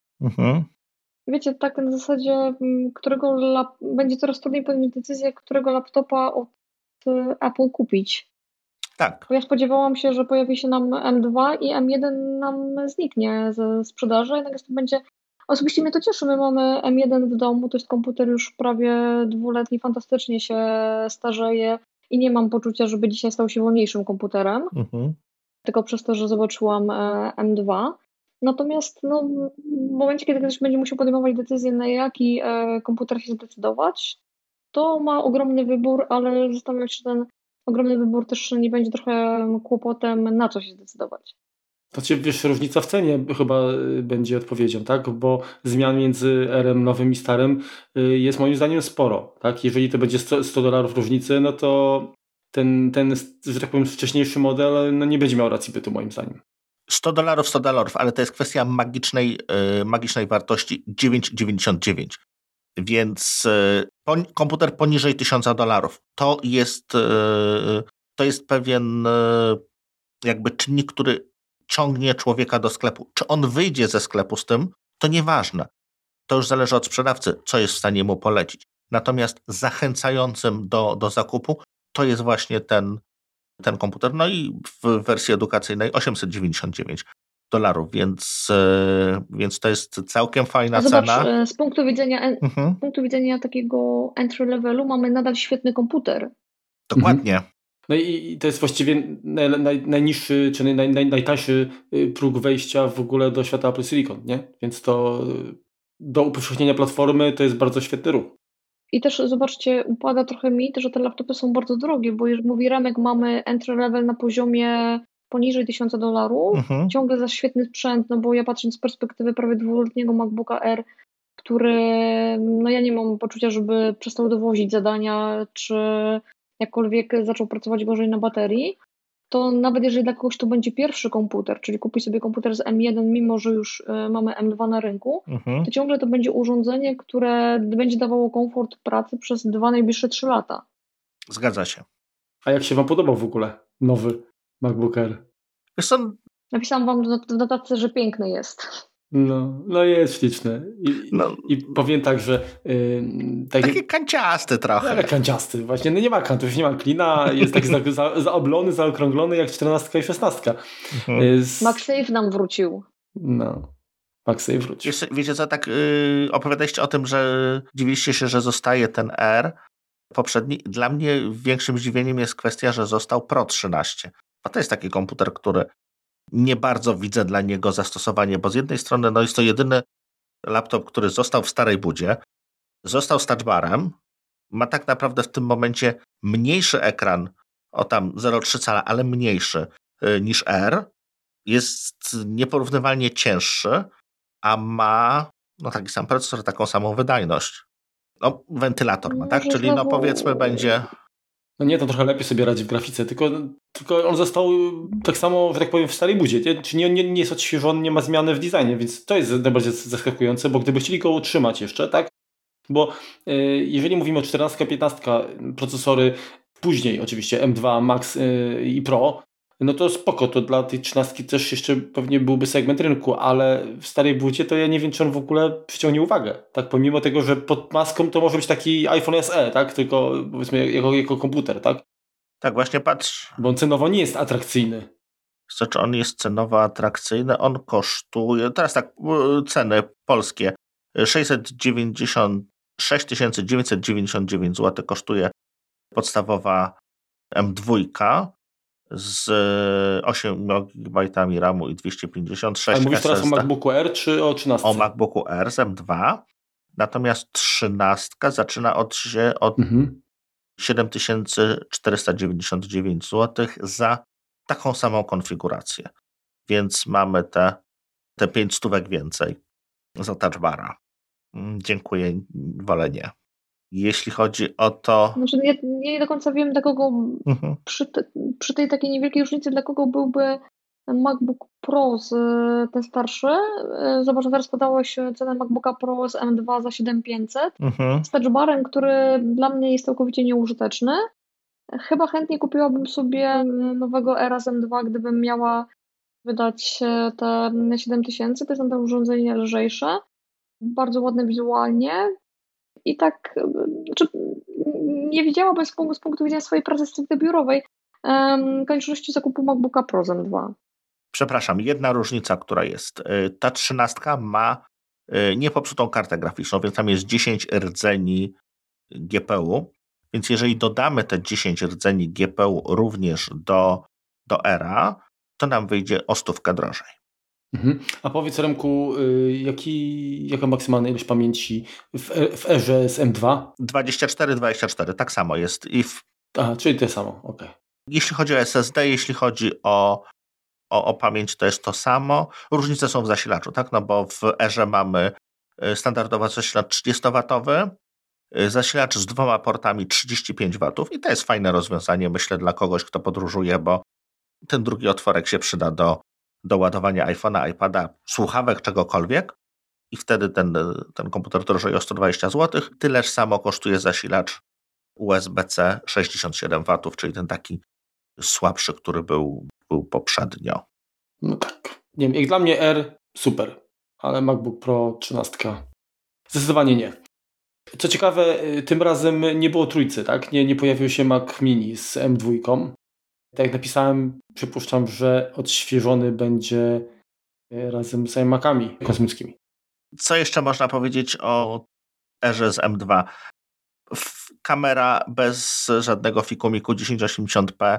Wiecie, tak na zasadzie, będzie coraz trudniej podjąć decyzję, którego laptopa od Apple kupić. Tak. Bo ja spodziewałam się, że pojawi się nam M2 i M1 nam zniknie ze sprzedaży, jednak to będzie... Osobiście mnie to cieszy, my mamy M1 w domu, to jest komputer już prawie 2-letni, fantastycznie się starzeje i nie mam poczucia, żeby dzisiaj stał się wolniejszym komputerem, tylko przez to, że zobaczyłam M2. Natomiast w momencie, kiedy ktoś będzie musiał podejmować decyzję, na jaki komputer się zdecydować, to ma ogromny wybór, ale zastanawiam się, czy ten ogromny wybór też nie będzie trochę kłopotem, na co się zdecydować. Znaczy, wiesz, różnica w cenie chyba będzie odpowiedzią, tak? Bo zmian między RM nowym i starym jest moim zdaniem sporo, tak? Jeżeli to będzie $100 różnicy, no to ten, że tak powiem, wcześniejszy model nie będzie miał racji bytu, moim zdaniem. $100, ale to jest kwestia magicznej wartości 9,99. Więc komputer poniżej $1000 to jest pewien jakby czynnik, który ciągnie człowieka do sklepu. Czy on wyjdzie ze sklepu z tym, to nieważne. To już zależy od sprzedawcy, co jest w stanie mu polecić. natomiast zachęcającym do zakupu to jest właśnie ten komputer. No i w wersji edukacyjnej $899, więc to jest całkiem fajna Zobacz, cena. z punktu widzenia takiego entry levelu mamy nadal świetny komputer. Dokładnie. No i to jest właściwie najniższy, czy najtańszy próg wejścia w ogóle do świata Apple Silicon, nie? Więc to do upowszechnienia platformy to jest bardzo świetny ruch. I też zobaczcie, upada trochę mit, że te laptopy są bardzo drogie, bo już mówi Remek, mamy entry level na poziomie poniżej $1000, ciągle za świetny sprzęt, no bo ja patrząc z perspektywy prawie 2-letniego MacBooka Air, który, no ja nie mam poczucia, żeby przestał dowozić zadania, czy jakkolwiek zaczął pracować gorzej na baterii, to nawet jeżeli dla kogoś to będzie pierwszy komputer, czyli kupi sobie komputer z M1, mimo że już mamy M2 na rynku, to ciągle to będzie urządzenie, które będzie dawało komfort pracy przez najbliższe 3 lata. Zgadza się. A jak się wam podobał w ogóle nowy MacBook Air? Napisałam wam w notatce, że piękny jest. No jest śliczny. I powiem tak, że... Takie kanciasty trochę. Ale kanciasty. Właśnie, no nie ma kantów, nie ma klina, jest taki zaoblony, zaokrąglony jak 14 i 16. MagSafe nam wrócił. No, MagSafe wrócił. Wiecie co, tak opowiadaliście o tym, że dziwiliście się, że zostaje ten R poprzedni. Dla mnie większym zdziwieniem jest kwestia, że został Pro 13. A to jest taki komputer, który nie bardzo widzę dla niego zastosowanie, bo z jednej strony no jest to jedyny laptop, który został w starej budzie, został z touchbarem, ma tak naprawdę w tym momencie mniejszy ekran, o tam 0,3 cala, ale mniejszy niż R, jest nieporównywalnie cięższy, a ma taki sam procesor, taką samą wydajność. No, wentylator ma, tak? Czyli no powiedzmy będzie... No nie, to trochę lepiej sobie radzi w grafice, tylko on został tak samo, że tak powiem, w starej budzie, nie? Czyli nie jest odświeżony, nie ma zmiany w designie, więc to jest najbardziej zaskakujące, bo gdyby chcieli go utrzymać jeszcze, tak? Bo jeżeli mówimy o 14, 15 procesory, później oczywiście M2, Max i Pro, no to spoko, to dla tej 13 też jeszcze pewnie byłby segment rynku, ale w starej budzie to ja nie wiem, czy on w ogóle przyciągnie uwagę, tak, pomimo tego, że pod maską to może być taki iPhone SE, tak, tylko powiedzmy jako komputer, tak? Tak, właśnie patrz. Bo on cenowo nie jest atrakcyjny. Znaczy on jest cenowo atrakcyjny, on kosztuje, teraz tak, ceny polskie, 6 999 zł kosztuje podstawowa M2 z 8 GB RAMu i 256 Ale mówisz teraz o MacBooku R czy o 13? O MacBooku R z M2, natomiast 13 zaczyna od 7499 zł za taką samą konfigurację. Więc mamy te 5 stówek więcej za touchbara. Dziękuję, wolę nie. Jeśli chodzi o to... Znaczy, ja nie do końca wiem, dla kogo przy tej takiej niewielkiej różnicy, dla kogo byłby MacBook Pro ten starszy. Zobacz, teraz podałeś cenę MacBooka Pro z M2 za 7500 z touchbarem, który dla mnie jest całkowicie nieużyteczny. Chyba chętnie kupiłabym sobie nowego Era z M2, gdybym miała wydać te 7000. To jest nadal urządzenie lżejsze, bardzo ładne wizualnie i tak nie widziałabym z punktu widzenia swojej pracy stricte biurowej konieczności zakupu MacBooka Pro z M2. Przepraszam, jedna różnica, która jest. Ta 13 ma niepopsutą kartę graficzną, więc tam jest 10 rdzeni GPU, więc jeżeli dodamy te 10 rdzeni GPU również do Era, to nam wyjdzie o 100 drożej. A powiedz, Remku, jaka maksymalna ilość pamięci w Erze z M2? 24, tak samo jest. Czyli to samo, okej. Jeśli chodzi o SSD, jeśli chodzi o pamięć, to jest to samo. Różnice są w zasilaczu, tak? No bo w Erze mamy standardowy zasilacz 30W, zasilacz z 2 portami 35W i to jest fajne rozwiązanie, myślę, dla kogoś, kto podróżuje, bo ten drugi otworek się przyda do ładowania iPhone'a, iPada, słuchawek, czegokolwiek i wtedy ten komputer drożeje o 120 zł. Tyleż samo kosztuje zasilacz USB-C 67W, czyli ten taki słabszy, który był poprzednio. No tak. Nie wiem, jak dla mnie R super, ale MacBook Pro 13 zdecydowanie nie. Co ciekawe, tym razem nie było trójcy, tak? Nie pojawił się Mac Mini z M2. Tak jak napisałem, przypuszczam, że odświeżony będzie razem z iMacami kosmickimi. Co jeszcze można powiedzieć o Airze z M2? Kamera bez żadnego fikumiku 1080p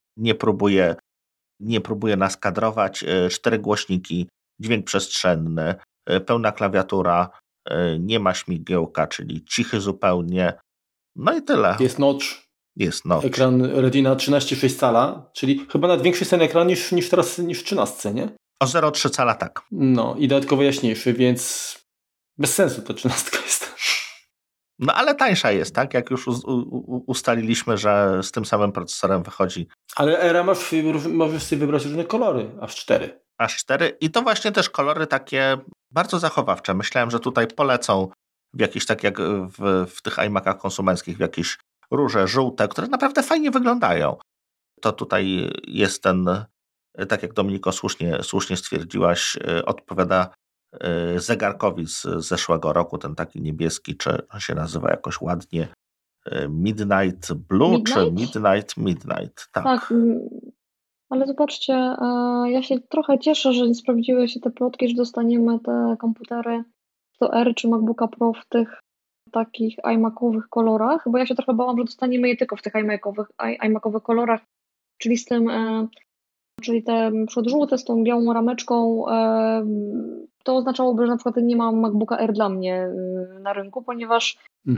nie próbuje nas kadrować. 4 głośniki, dźwięk przestrzenny, pełna klawiatura, nie ma śmigiełka, czyli cichy zupełnie. No i tyle. Jest notch. Ekran Retina 13,6 cala, czyli chyba nawet większy jest ten ekran niż teraz niż w 13, nie? O 0,3 cala tak. No i dodatkowo jaśniejszy, więc bez sensu ta 13 jest. No ale tańsza jest, tak? Jak już ustaliliśmy, że z tym samym procesorem wychodzi. Ale Era możesz sobie wybrać różne kolory, aż 4. Aż 4 i to właśnie też kolory takie bardzo zachowawcze. Myślałem, że tutaj polecą w jakieś, tak jak w tych iMacach konsumenckich, w jakieś róże, żółte, które naprawdę fajnie wyglądają. To tutaj jest ten, tak jak Dominiko słusznie stwierdziłaś, odpowiada zegarkowi z zeszłego roku, ten taki niebieski, czy on się nazywa jakoś ładnie Midnight Blue, czy Midnight? Tak, ale zobaczcie, ja się trochę cieszę, że nie sprawdziły się te plotki, że dostaniemy te komputery to R czy MacBooka Pro w tych takich iMacowych kolorach, bo ja się trochę bałam, że dostaniemy je tylko w tych iMacowych kolorach, czyli z tym, czyli te przód żółte z tą białą rameczką. To oznaczałoby, że na przykład nie ma MacBooka R dla mnie na rynku, ponieważ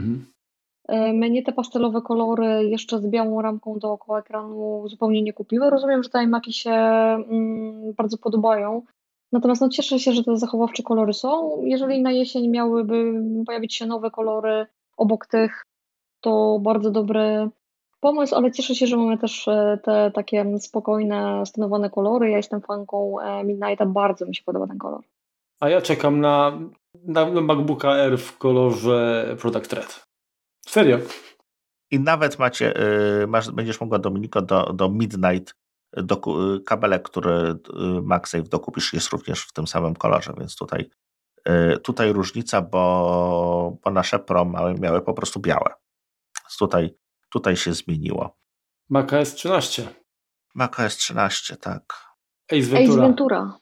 mnie te pastelowe kolory jeszcze z białą ramką dookoła ekranu zupełnie nie kupiły. Rozumiem, że te iMaki się bardzo podobają. Natomiast cieszę się, że te zachowawcze kolory są. Jeżeli na jesień miałyby pojawić się nowe kolory obok tych, to bardzo dobry pomysł, ale cieszę się, że mamy też te takie spokojne, stonowane kolory. Ja jestem fanką Midnighta, bardzo mi się podoba ten kolor. A ja czekam na MacBooka R w kolorze Product Red. Serio. I nawet będziesz mogła, Dominiko, do Midnight kabelek, który MagSafe dokupisz, jest również w tym samym kolorze, więc tutaj różnica, bo nasze Pro miały po prostu białe. Więc tutaj się zmieniło. macOS 13. macOS 13, tak. Ace Ventura.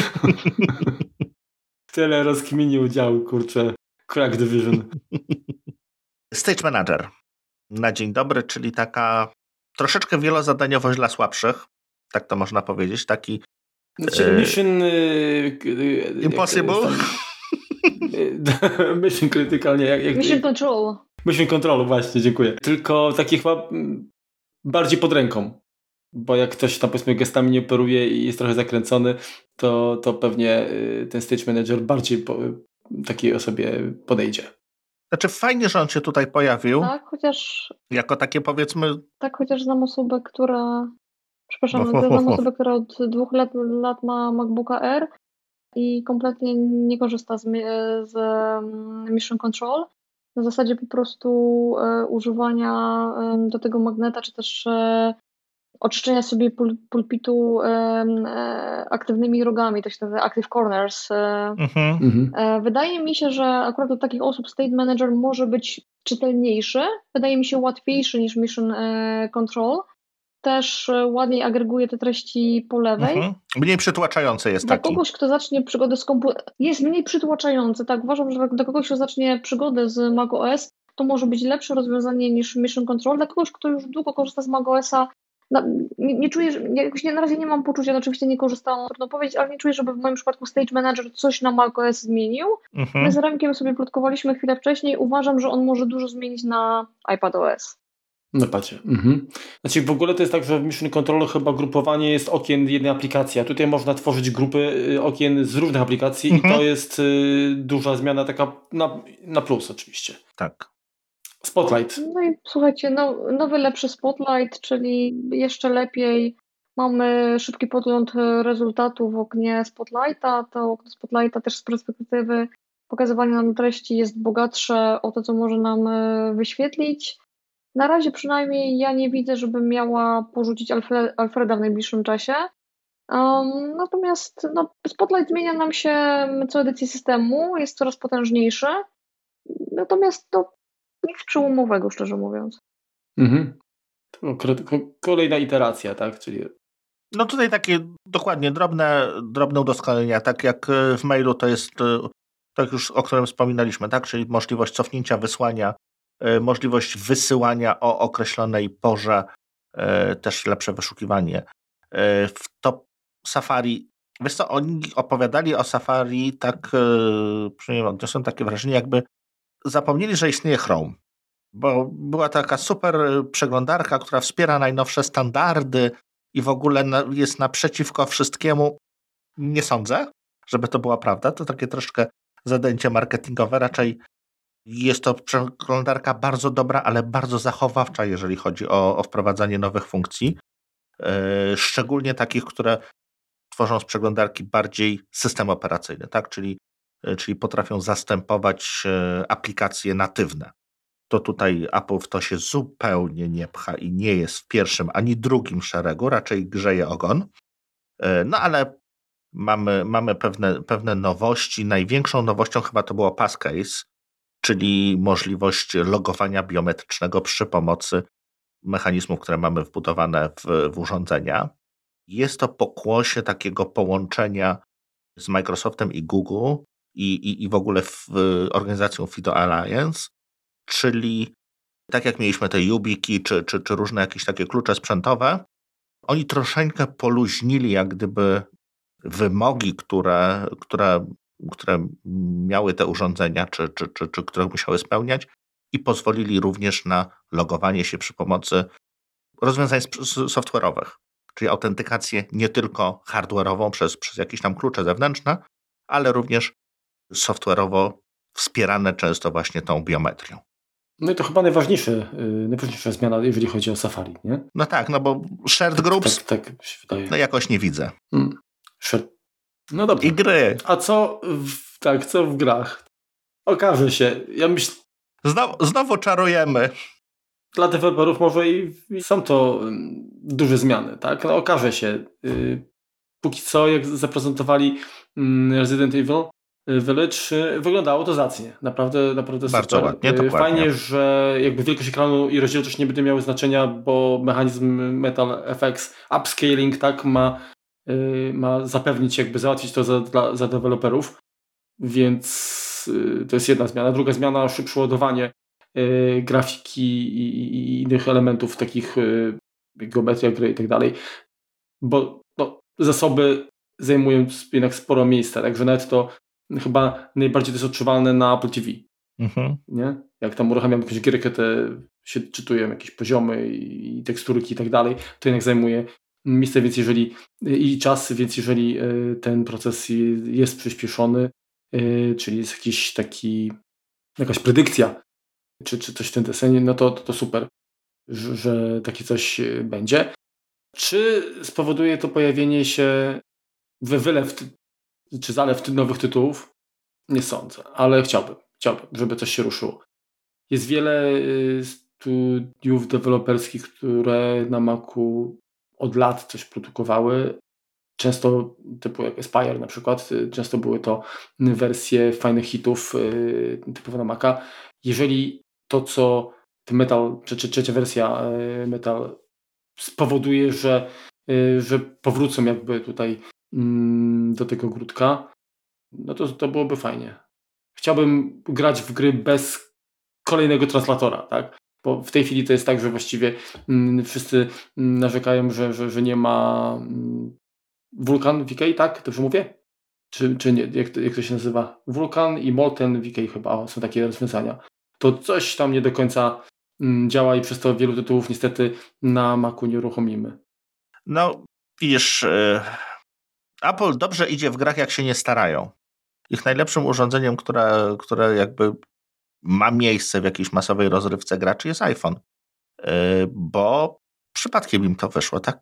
Tyle rozkminił dział, kurczę. Crack Division. Stage Manager. Na dzień dobry, czyli taka troszeczkę wielozadaniowość dla słabszych. Tak to można powiedzieć. Taki Mission Impossible? Mission Critical, nie. Mission Control. Mission Control, właśnie, dziękuję. Tylko taki chyba bardziej pod ręką. Bo jak ktoś tam, powiedzmy, gestami nie operuje i jest trochę zakręcony, to pewnie ten Stage Manager bardziej takiej osobie podejdzie. Znaczy fajnie, że on się tutaj pojawił. Tak, chociaż... Jako takie, powiedzmy... Tak, chociaż znam osobę, która... Przepraszam, znam osobę, która od 2 lat ma MacBooka R i kompletnie nie korzysta z Mission Control. Na zasadzie po prostu używania do tego magneta, czy też oczyszczenia sobie pulpitu aktywnymi rogami, to się nazywa Active Corners. Wydaje mi się, że akurat do takich osób State Manager może być czytelniejszy, wydaje mi się łatwiejszy niż Mission Control. Też ładniej agreguje te treści po lewej. Mniej przytłaczający jest dla taki. Dla kogoś, kto zacznie przygodę z komputerem, jest mniej przytłaczający. Tak, uważam, że dla kogoś, kto zacznie przygodę z macOS, to może być lepsze rozwiązanie niż Mission Control. Dla kogoś, kto już długo korzysta z macOS-a, nie czuję, że jakoś na razie nie mam poczucia, oczywiście nie korzystałam, trudno powiedzieć, ale nie czuję, żeby w moim przypadku Stage Manager coś na macOS zmienił. My z Remkiem sobie plotkowaliśmy chwilę wcześniej. Uważam, że on może dużo zmienić na iPadOS. No patrzcie. Znaczy w ogóle to jest tak, że w Mission Control chyba grupowanie jest okien jednej aplikacji, a tutaj można tworzyć grupy okien z różnych aplikacji i to jest duża zmiana taka na plus oczywiście. Tak. Spotlight. No i słuchajcie, nowy lepszy Spotlight, czyli jeszcze lepiej mamy szybki podgląd rezultatu w oknie Spotlighta. To okno Spotlighta też z perspektywy pokazywania nam treści jest bogatsze o to, co może nam wyświetlić. Na razie przynajmniej ja nie widzę, żebym miała porzucić Alfreda w najbliższym czasie. Natomiast Spotlight zmienia nam się co edycję systemu, jest coraz potężniejszy. Natomiast to nic przełomowego, szczerze mówiąc. Mhm. Kolejna iteracja, tak? Czyli... No tutaj takie dokładnie drobne udoskonalenia, tak jak w mailu to jest, tak już o którym wspominaliśmy, tak? Czyli możliwość cofnięcia wysłania, możliwość wysyłania o określonej porze, też lepsze wyszukiwanie. W to Safari, wiesz co, oni opowiadali o Safari tak, przynajmniej odniosłem takie wrażenie, jakby zapomnieli, że istnieje Chrome. Bo była taka super przeglądarka, która wspiera najnowsze standardy i w ogóle jest naprzeciwko wszystkiemu. Nie sądzę, żeby to była prawda. To takie troszkę zadęcie marketingowe. Raczej jest to przeglądarka bardzo dobra, ale bardzo zachowawcza, jeżeli chodzi o wprowadzanie nowych funkcji. Szczególnie takich, które tworzą z przeglądarki bardziej system operacyjny, tak? Czyli potrafią zastępować aplikacje natywne. To tutaj Apple w to się zupełnie nie pcha i nie jest w pierwszym ani drugim szeregu, raczej grzeje ogon. No ale mamy pewne nowości. Największą nowością chyba to było Passcase, czyli możliwość logowania biometrycznego przy pomocy mechanizmów, które mamy wbudowane w urządzenia. Jest to pokłosie takiego połączenia z Microsoftem i Google i w ogóle organizacją FIDO Alliance, czyli tak jak mieliśmy te YubiKey czy różne jakieś takie klucze sprzętowe, oni troszeczkę poluźnili jak gdyby wymogi, które miały te urządzenia, czy które musiały spełniać i pozwolili również na logowanie się przy pomocy rozwiązań software'owych, czyli autentykację nie tylko hardware'ową przez jakieś tam klucze zewnętrzne, ale również software'owo wspierane często właśnie tą biometrią. No i to chyba najważniejsza zmiana, jeżeli chodzi o Safari, nie? No tak, no bo shared groups tak się wydaje. No jakoś nie widzę. No dobrze. I gry. A co w grach? Okaże się. Ja myślę... Znowu czarujemy. Dla deweloperów może i są to duże zmiany, tak? No, okaże się. Póki co, jak zaprezentowali Resident Evil Village, wyglądało to zacnie. Naprawdę bardzo super. Ładnie, dokładnie. Fajnie, że jakby wielkość ekranu i rozdzielczość nie będą miały znaczenia, bo mechanizm Metal FX upscaling, tak, ma zapewnić, jakby załatwić to za deweloperów. Więc to jest jedna zmiana. Druga zmiana, szybsze ładowanie grafiki i innych elementów takich geometria gry i tak dalej. Bo zasoby zajmują jednak sporo miejsca, także nawet to chyba najbardziej to jest odczuwalne na Apple TV. Mhm. Nie? Jak tam uruchamiam jakąś gierkę, się czytują jakieś poziomy i teksturki i tak dalej, to jednak zajmuje miejsce, więc i czas, więc jeżeli ten proces jest przyspieszony, czyli jest jakaś predykcja, czy coś w tym desenie, no to super, że takie coś będzie. Czy spowoduje to pojawienie się wylew czy zalew nowych tytułów? Nie sądzę, ale chciałbym, żeby coś się ruszyło. Jest wiele studiów deweloperskich, które na Macu od lat coś produkowały. Często typu jak Aspire na przykład, często były to wersje fajnych hitów typowo na Maca. Jeżeli to, co ten Metal, czy trzecia wersja Metal spowoduje, że powrócą jakby tutaj do tego ogródka, no to byłoby fajnie. Chciałbym grać w gry bez kolejnego translatora, tak? Bo w tej chwili to jest tak, że właściwie wszyscy narzekają, że nie ma Vulkan VK, tak? Dobrze mówię? Czy nie? Jak to się nazywa? Vulkan i Molten VK chyba są takie rozwiązania. To coś tam nie do końca działa i przez to wielu tytułów niestety na Macu nie uruchomimy. No, widzisz, Apple dobrze idzie w grach, jak się nie starają. Ich najlepszym urządzeniem, które jakby ma miejsce w jakiejś masowej rozrywce graczy, jest iPhone. Bo przypadkiem im to wyszło. Tak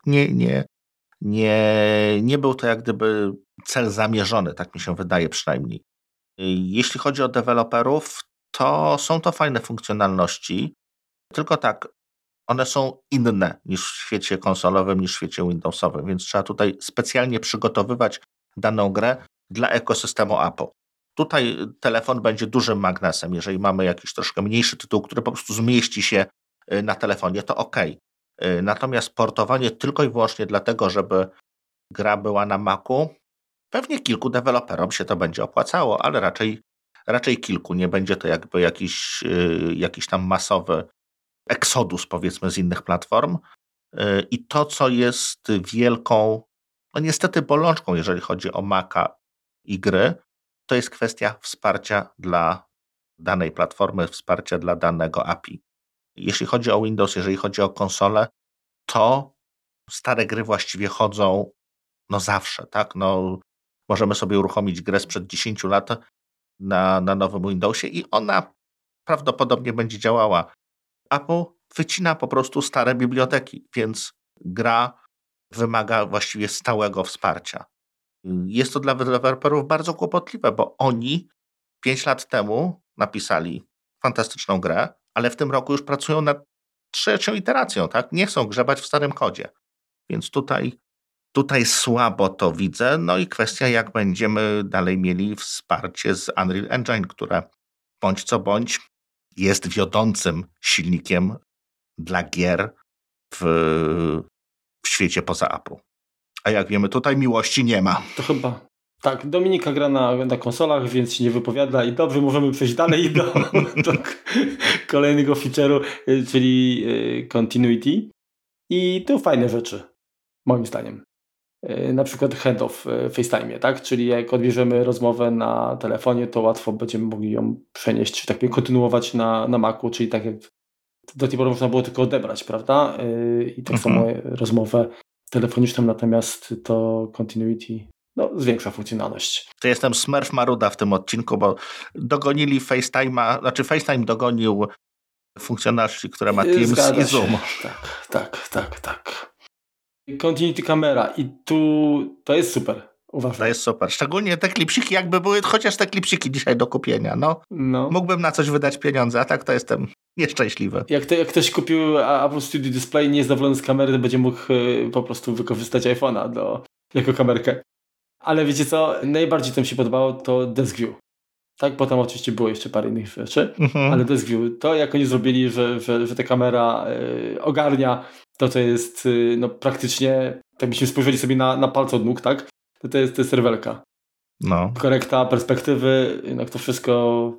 nie był to jak gdyby cel zamierzony, tak mi się wydaje przynajmniej. Jeśli chodzi o deweloperów, to są to fajne funkcjonalności, tylko tak, one są inne niż w świecie konsolowym, niż w świecie Windowsowym, więc trzeba tutaj specjalnie przygotowywać daną grę dla ekosystemu Apple. tutaj telefon będzie dużym magnesem. Jeżeli mamy jakiś troszkę mniejszy tytuł, który po prostu zmieści się na telefonie, to okej. Natomiast portowanie tylko i wyłącznie dlatego, żeby gra była na Macu, pewnie kilku deweloperom się to będzie opłacało, ale raczej kilku. Nie będzie to jakby jakiś tam masowy eksodus, powiedzmy, z innych platform. I to, co jest wielką, no niestety bolączką, jeżeli chodzi o Maca i gry, to jest kwestia wsparcia dla danej platformy, wsparcia dla danego API. Jeśli chodzi o Windows, jeżeli chodzi o konsolę, to stare gry właściwie chodzą no zawsze, tak? No, możemy sobie uruchomić grę sprzed 10 lat na nowym Windowsie i ona prawdopodobnie będzie działała. Apple wycina po prostu stare biblioteki, więc gra wymaga właściwie stałego wsparcia. Jest to dla deweloperów bardzo kłopotliwe, bo oni 5 lat temu napisali fantastyczną grę, ale w tym roku już pracują nad 3. iteracją, tak? Nie chcą grzebać w starym kodzie. Więc tutaj słabo to widzę. No i kwestia, jak będziemy dalej mieli wsparcie z Unreal Engine, które bądź co bądź jest wiodącym silnikiem dla gier w świecie poza Apple. A jak wiemy, tutaj miłości nie ma. To chyba tak. Dominika gra na konsolach, więc się nie wypowiada i dobrze, możemy przejść dalej do kolejnego feature'u, czyli Continuity. I tu fajne rzeczy, moim zdaniem. Na przykład handoff w FaceTime, tak? Czyli jak odbierzemy rozmowę na telefonie, to łatwo będziemy mogli ją przenieść, czy tak powiem, kontynuować na Macu, czyli tak jak do tej pory można było tylko odebrać, prawda? I tak samo rozmowę telefoniczną, natomiast to Continuity zwiększa funkcjonalność. To jestem Smurf Maruda w tym odcinku, bo dogonili FaceTime'a, znaczy FaceTime dogonił funkcjonalności, które ma Teams i Zoom. Tak. Continuity kamera i tu to jest super, uważam. To jest super. Szczególnie te klipsiki, jakby były chociaż te klipsiki dzisiaj do kupienia. No. Mógłbym na coś wydać pieniądze, a tak to jestem nieszczęśliwy. Jak ktoś kupił Apple Studio Display i nie jest zadowolony z kamery, to będzie mógł po prostu wykorzystać iPhone'a jako kamerkę. Ale wiecie co? Najbardziej to mi się podobało to Desk View. Tak, bo tam oczywiście było jeszcze parę innych rzeczy, ale Desk View, to jak oni zrobili, że ta kamera ogarnia to, co jest praktycznie, tak byśmy spojrzeli sobie na palce od nóg, tak? To jest rewelka. No. Korekta, perspektywy, to wszystko.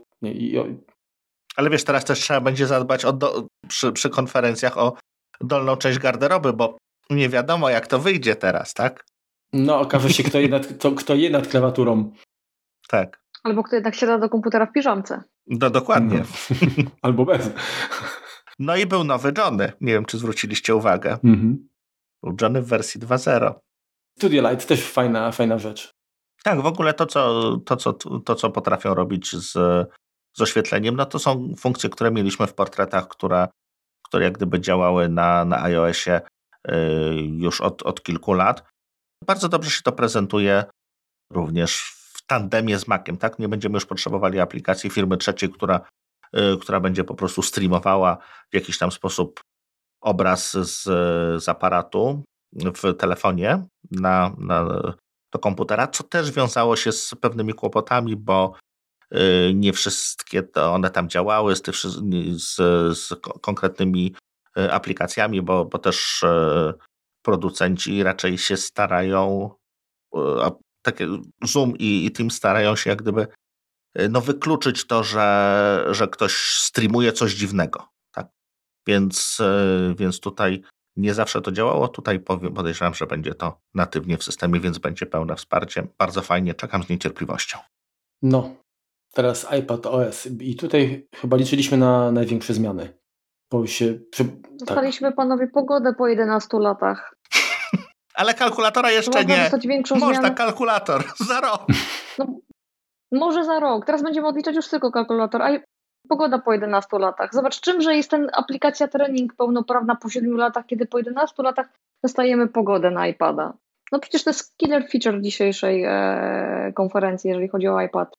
Ale wiesz, teraz też trzeba będzie zadbać przy konferencjach o dolną część garderoby, bo nie wiadomo, jak to wyjdzie teraz, tak? No, okaże się, kto je nad klawiaturą. Tak. Albo kto jednak siada do komputera w piżamce. No, dokładnie. Albo bez. No i był nowy Johnny. Nie wiem, czy zwróciliście uwagę. Był Johnny w wersji 2.0. Studio Light też fajna rzecz. Tak, w ogóle to, co potrafią robić z oświetleniem, no to są funkcje, które mieliśmy w portretach, które jak gdyby działały na iOSie już od kilku lat. Bardzo dobrze się to prezentuje również w tandemie z Maciem, tak? Nie będziemy już potrzebowali aplikacji firmy trzeciej, która będzie po prostu streamowała w jakiś tam sposób obraz z aparatu w telefonie do komputera, co też wiązało się z pewnymi kłopotami, nie wszystkie one tam działały z konkretnymi aplikacjami, bo też producenci raczej się starają, takie Zoom i Teams starają się jak gdyby wykluczyć to, że ktoś streamuje coś dziwnego. Tak? Więc tutaj nie zawsze to działało. Tutaj podejrzewam, że będzie to natywnie w systemie, więc będzie pełne wsparcie. Bardzo fajnie, czekam z niecierpliwością. No, teraz iPad OS i tutaj chyba liczyliśmy na największe zmiany. Bo się... Dostaliśmy panowie pogodę po 11 latach. Ale kalkulatora jeszcze nie. Można zmianę. Kalkulator za rok. No, może za rok. Teraz będziemy odliczać już tylko kalkulator. A pogoda po 11 latach. Zobacz, czymże jest ten aplikacja trening pełnoprawna po 7 latach, kiedy po 11 latach dostajemy pogodę na iPada. No przecież to jest killer feature dzisiejszej konferencji, jeżeli chodzi o iPad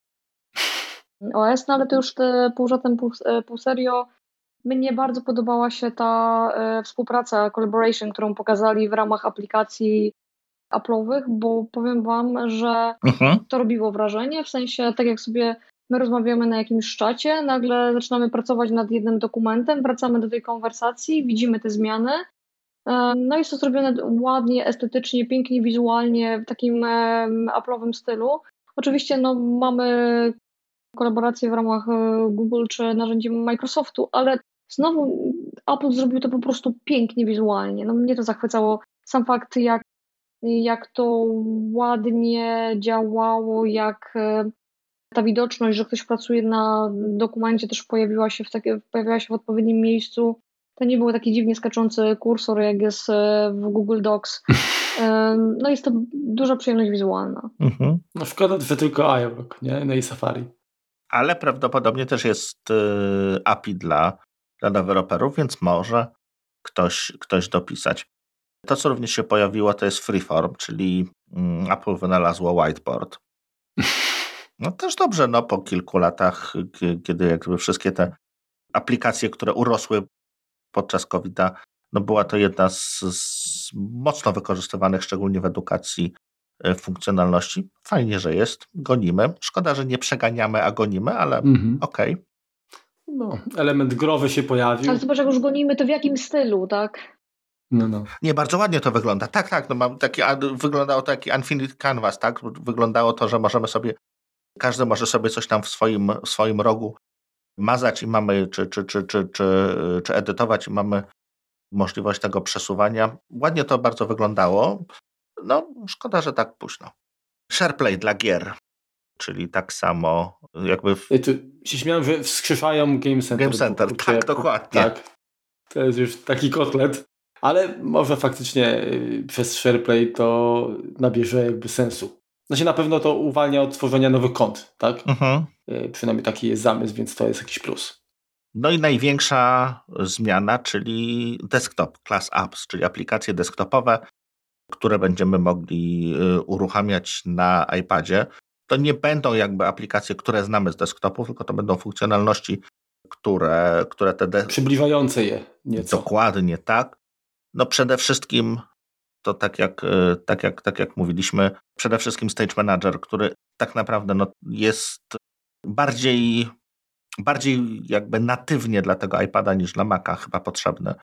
OS, no ale to już pół żartem, pół serio. Mnie bardzo podobała się ta współpraca, collaboration, którą pokazali w ramach aplikacji Apple'owych, bo powiem wam, że to robiło wrażenie, w sensie tak jak sobie my rozmawiamy na jakimś czacie, nagle zaczynamy pracować nad jednym dokumentem, wracamy do tej konwersacji, widzimy te zmiany. No jest to zrobione ładnie, estetycznie, pięknie, wizualnie, w takim Apple'owym stylu. Oczywiście no, mamy kolaborację w ramach Google czy narzędzi Microsoftu, ale znowu Apple zrobił to po prostu pięknie wizualnie. No, mnie to zachwycało. Sam fakt, jak to ładnie działało, jak ta widoczność, że ktoś pracuje na dokumencie też pojawiła się w odpowiednim miejscu. To nie był taki dziwnie skaczący kursor, jak jest w Google Docs. No jest to duża przyjemność wizualna. No szkoda, że tylko iRock, nie? No i Safari. Ale prawdopodobnie też jest API dla deweloperów, więc może ktoś dopisać. To, co również się pojawiło, to jest Freeform, czyli Apple wynalazło whiteboard. No też dobrze, no po kilku latach, kiedy jakby wszystkie te aplikacje, które urosły podczas COVID-a, no była to jedna z mocno wykorzystywanych, szczególnie w edukacji, funkcjonalności. Fajnie, że jest, gonimy. Szkoda, że nie przeganiamy, a gonimy, ale okej. No, element growy się pojawił. Ale zobacz, jak już gonimy, to w jakim stylu, tak? No. Nie, bardzo ładnie to wygląda. Tak, no mam wyglądało to jak Infinite Canvas, tak? Wyglądało to, że możemy sobie, każdy może sobie coś tam w swoim rogu mazać i mamy, czy edytować i mamy możliwość tego przesuwania. Ładnie to bardzo wyglądało. No, szkoda, że tak późno. SharePlay dla gier, czyli tak samo jakby... Tu się śmiałem, że wskrzeszają Game Center. Game Center, tak, dokładnie. Tak, to jest już taki kotlet, ale może faktycznie przez SharePlay to nabierze jakby sensu. Znaczy na pewno to uwalnia od tworzenia nowych kont, tak? Przynajmniej taki jest zamysł, więc to jest jakiś plus. No i największa zmiana, czyli desktop, Class Apps, czyli aplikacje desktopowe, które będziemy mogli uruchamiać na iPadzie. To nie będą jakby aplikacje, które znamy z desktopu, tylko to będą funkcjonalności, które te... Przybliżające je nieco. Dokładnie, tak. No przede wszystkim to tak jak mówiliśmy, przede wszystkim Stage Manager, który tak naprawdę no, jest bardziej jakby natywnie dla tego iPada niż dla Maca chyba potrzebny.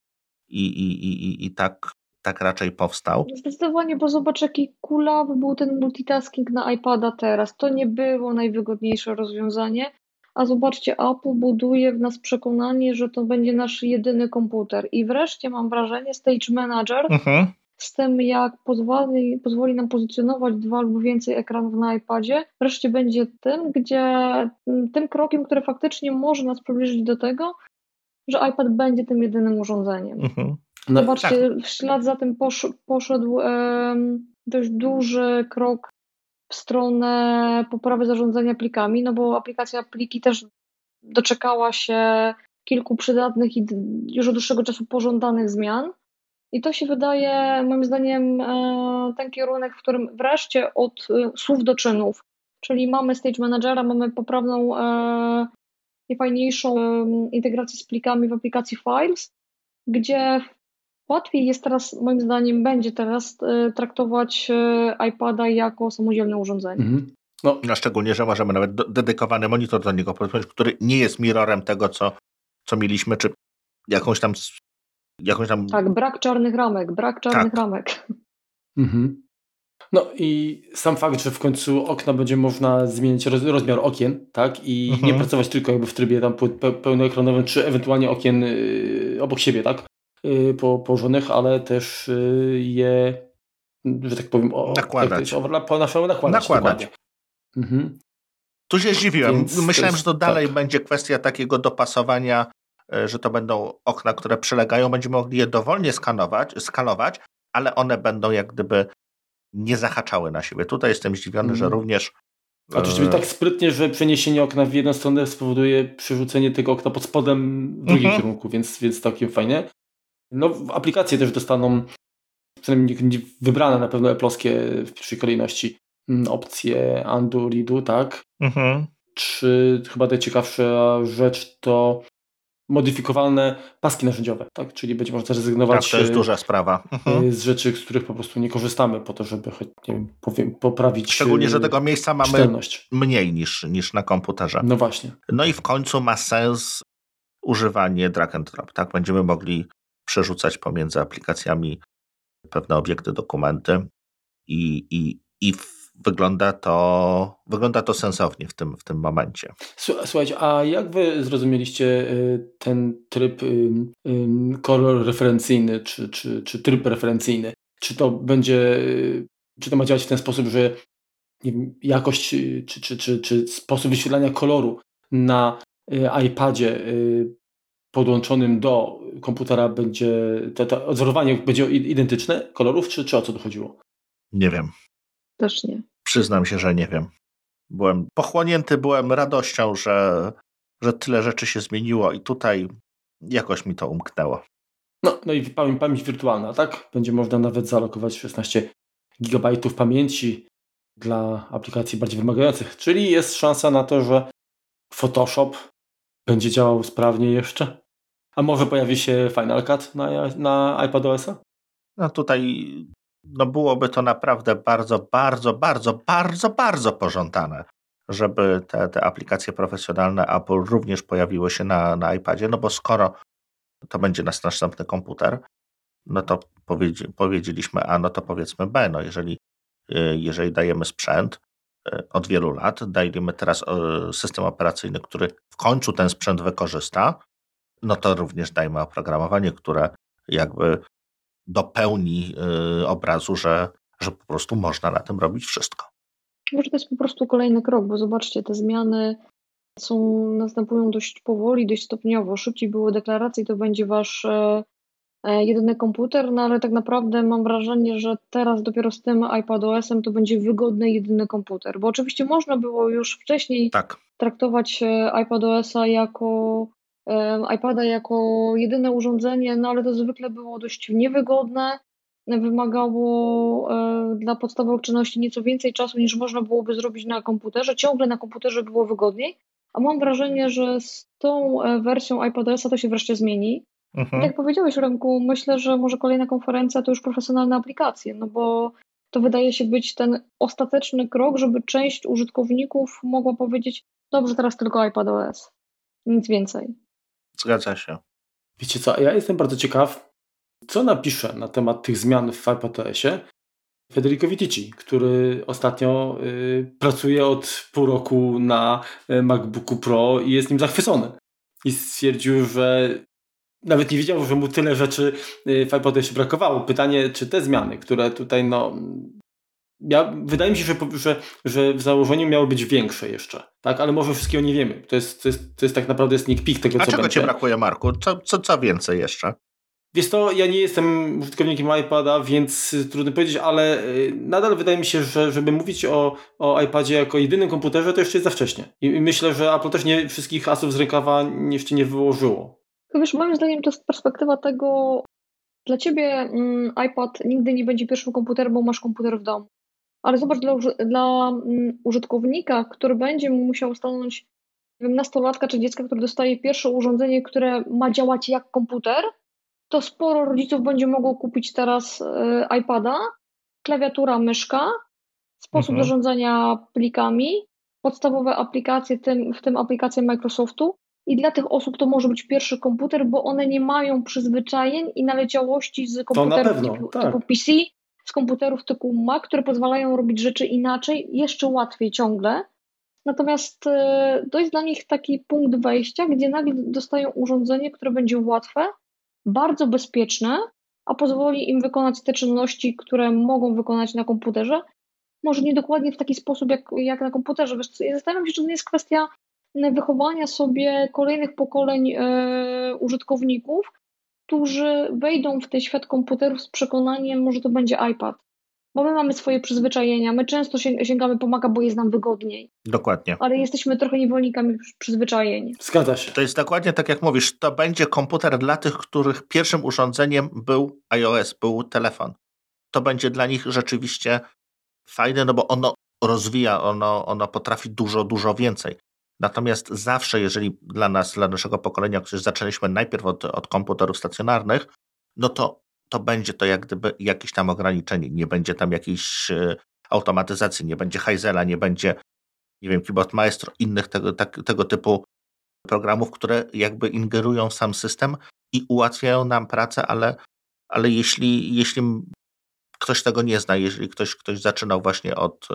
I tak raczej powstał. Zdecydowanie, bo zobacz, jaki kulawy był ten multitasking na iPada teraz. To nie było najwygodniejsze rozwiązanie, a zobaczcie, Apple buduje w nas przekonanie, że to będzie nasz jedyny komputer. I wreszcie mam wrażenie, Stage Manager z tym, jak pozwoli nam pozycjonować 2 albo więcej ekranów na iPadzie, wreszcie będzie tym krokiem, który faktycznie może nas przybliżyć do tego, że iPad będzie tym jedynym urządzeniem. No, zobaczcie, w ślad za tym poszedł dość duży krok w stronę poprawy zarządzania plikami, no bo aplikacja pliki też doczekała się kilku przydatnych i już od dłuższego czasu pożądanych zmian. I to się wydaje, moim zdaniem, ten kierunek, w którym wreszcie od słów do czynów, czyli mamy Stage Managera, mamy poprawną i fajniejszą integrację z plikami w aplikacji Files, gdzie łatwiej jest teraz, moim zdaniem, będzie teraz traktować iPada jako samodzielne urządzenie. No, szczególnie, że możemy nawet dedykowany monitor do niego podpiąć, który nie jest mirrorem tego, co mieliśmy, czy jakąś tam... Tak, brak czarnych ramek. No i sam fakt, że w końcu okna będzie można zmienić rozmiar okien, tak? I nie pracować tylko jakby w trybie tam pełnoekranowym, czy ewentualnie okien obok siebie, tak? Położonych, ale też je, że tak powiem, nakładać. Nakładać. Tu się zdziwiłem. Więc myślałem, że to dalej tak. będzie kwestia takiego dopasowania, że to będą okna, które przylegają, będziemy mogli je dowolnie skalować, ale one będą jak gdyby nie zahaczały na siebie. Tutaj jestem zdziwiony, że również... Oczywiście tak sprytnie, że przeniesienie okna w jedną stronę spowoduje przerzucenie tego okna pod spodem w drugim kierunku, więc całkiem fajnie. No, aplikacje też dostaną, przynajmniej wybrane na pewno Apple'owskie w pierwszej kolejności, opcje undo, redo, tak? Czy chyba najciekawsza rzecz to modyfikowalne paski narzędziowe, tak? Czyli będzie można zrezygnować Tak, to jest duża sprawa. z rzeczy, z których po prostu nie korzystamy po to, żeby nie wiem, poprawić Szczególnie, że tego miejsca mamy czytelność. mniej niż na komputerze. No właśnie. No i w końcu ma sens używanie drag and drop. Tak? Będziemy mogli przerzucać pomiędzy aplikacjami pewne obiekty, dokumenty i wygląda to sensownie w tym momencie. Słuchajcie, a jak wy zrozumieliście ten tryb kolor referencyjny, czy tryb referencyjny? Czy to ma działać w ten sposób, że nie wiem, jakość czy sposób wyświetlania koloru na iPadzie podłączonym do komputera będzie, to odzorowanie będzie identyczne kolorów, czy o co tu chodziło? Nie wiem. Też nie. Przyznam się, że nie wiem. Byłem pochłonięty radością, że tyle rzeczy się zmieniło i tutaj jakoś mi to umknęło. No i pamięć wirtualna, tak? Będzie można nawet zaalokować 16 GB pamięci dla aplikacji bardziej wymagających. Czyli jest szansa na to, że Photoshop będzie działał sprawnie jeszcze. A może pojawi się Final Cut na iPadOS-a? No tutaj byłoby to naprawdę bardzo, bardzo, bardzo, bardzo, bardzo pożądane, żeby te aplikacje profesjonalne Apple również pojawiły się na iPadzie, no bo skoro to będzie nasz następny komputer, no to powiedzieliśmy A, no to powiedzmy B. No jeżeli dajemy sprzęt od wielu lat, dajemy teraz system operacyjny, który w końcu ten sprzęt wykorzysta, no to również dajmy oprogramowanie, które jakby dopełni obrazu, że po prostu można na tym robić wszystko. Może to jest po prostu kolejny krok, bo zobaczcie, te zmiany następują dość powoli, dość stopniowo. Szybciej były deklaracje, to będzie wasz jedyny komputer, no ale tak naprawdę mam wrażenie, że teraz dopiero z tym iPadOS-em to będzie wygodny jedyny komputer, bo oczywiście można było już wcześniej traktować iPadOS-a iPada jako jedyne urządzenie, no ale to zwykle było dość niewygodne, wymagało dla podstawowych czynności nieco więcej czasu niż można byłoby zrobić na komputerze. Ciągle na komputerze było wygodniej, a mam wrażenie, że z tą wersją iPadOS-a to się wreszcie zmieni. I tak jak powiedziałeś, Remku, myślę, że może kolejna konferencja to już profesjonalne aplikacje, no bo to wydaje się być ten ostateczny krok, żeby część użytkowników mogła powiedzieć, dobrze, teraz tylko iPadOS, nic więcej. Zgadza się. Wiecie co, ja jestem bardzo ciekaw, co napisze na temat tych zmian w iPadOS-ie Federico Viticci, który ostatnio pracuje od pół roku na MacBooku Pro i jest nim zachwycony. I stwierdził, że nawet nie wiedział, że mu tyle rzeczy w iPadOSie brakowało. Pytanie, czy te zmiany, które tutaj wydaje mi się, że w założeniu miały być większe jeszcze, tak? Ale może wszystkiego nie wiemy. To jest tak naprawdę sneak peek tego, co będzie. A czego ci brakuje, Marku? Co więcej jeszcze? Wiesz to, ja nie jestem użytkownikiem iPada, więc trudno powiedzieć, ale nadal wydaje mi się, że żeby mówić o iPadzie jako jedynym komputerze, to jeszcze jest za wcześnie. I myślę, że Apple też nie wszystkich asów z rękawa jeszcze nie wyłożyło. To wiesz, moim zdaniem to jest perspektywa tego, dla ciebie iPad nigdy nie będzie pierwszym komputerem, bo masz komputer w domu. Ale zobacz, dla użytkownika, który będzie musiał stanąć, nie wiem, nastolatka czy dziecka, który dostaje pierwsze urządzenie, które ma działać jak komputer, to sporo rodziców będzie mogło kupić teraz iPada, klawiatura, myszka, sposób zarządzania plikami, podstawowe aplikacje, w tym aplikacje Microsoftu. I dla tych osób to może być pierwszy komputer, bo one nie mają przyzwyczajeń i naleciałości z komputerów typu PC, z komputerów typu Mac, które pozwalają robić rzeczy inaczej, jeszcze łatwiej ciągle. Natomiast to jest dla nich taki punkt wejścia, gdzie nagle dostają urządzenie, które będzie łatwe, bardzo bezpieczne, a pozwoli im wykonać te czynności, które mogą wykonać na komputerze. Może nie dokładnie w taki sposób jak na komputerze. Wiesz, ja zastanawiam się, czy to jest kwestia wychowania sobie kolejnych pokoleń użytkowników, którzy wejdą w ten świat komputerów z przekonaniem, że to będzie iPad. Bo my mamy swoje przyzwyczajenia, my często sięgamy po Maca, bo jest nam wygodniej. Dokładnie. Ale jesteśmy trochę niewolnikami przyzwyczajeń. Zgadza się. To jest dokładnie tak, jak mówisz, to będzie komputer dla tych, których pierwszym urządzeniem był iOS, był telefon. To będzie dla nich rzeczywiście fajne, no bo ono rozwija, ono potrafi dużo, dużo więcej. Natomiast zawsze, jeżeli dla nas, dla naszego pokolenia, którzy zaczęliśmy najpierw od komputerów stacjonarnych, no to będzie to jak gdyby jakieś tam ograniczenie. Nie będzie tam jakiejś automatyzacji, nie będzie Heizela, nie będzie, nie wiem, Keyboard Maestro, innych tego typu programów, które jakby ingerują w sam system i ułatwiają nam pracę, ale jeśli ktoś tego nie zna, jeżeli ktoś zaczynał właśnie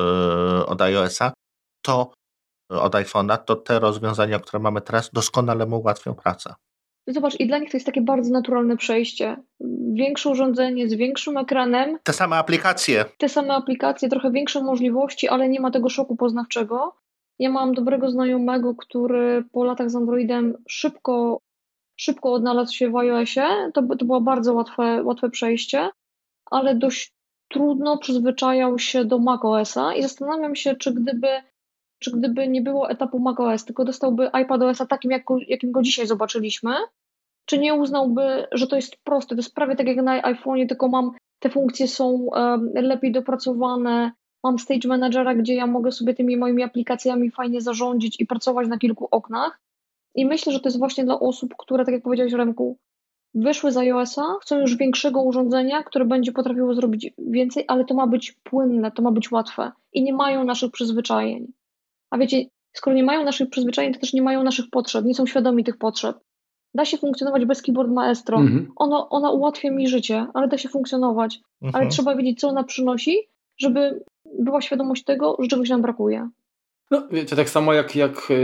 od iOS-a, to od iPhone'a, to te rozwiązania, które mamy teraz, doskonale mu ułatwią pracę. Zobacz, i dla nich to jest takie bardzo naturalne przejście. Większe urządzenie z większym ekranem. Te same aplikacje, trochę większe możliwości, ale nie ma tego szoku poznawczego. Ja mam dobrego znajomego, który po latach z Androidem szybko odnalazł się w iOSie. To było bardzo łatwe przejście, ale dość trudno przyzwyczajał się do macOSa i zastanawiam się, czy gdyby nie było etapu macOS, tylko dostałby iPadOSa takim, jakim go dzisiaj zobaczyliśmy, czy nie uznałby, że to jest proste, to jest prawie tak jak na iPhone'ie, tylko te funkcje są lepiej dopracowane, mam Stage Managera, gdzie ja mogę sobie tymi moimi aplikacjami fajnie zarządzić i pracować na kilku oknach. I myślę, że to jest właśnie dla osób, które, tak jak powiedziałeś, Remku, wyszły z iOS-a, chcą już większego urządzenia, które będzie potrafiło zrobić więcej, ale to ma być płynne, to ma być łatwe i nie mają naszych przyzwyczajeń. A wiecie, skoro nie mają naszych przyzwyczajeń, to też nie mają naszych potrzeb, nie są świadomi tych potrzeb. Da się funkcjonować bez Keyboard Maestro. Ona ułatwia mi życie, ale da się funkcjonować. Ale trzeba wiedzieć, co ona przynosi, żeby była świadomość tego, że czegoś nam brakuje. No, to tak samo jak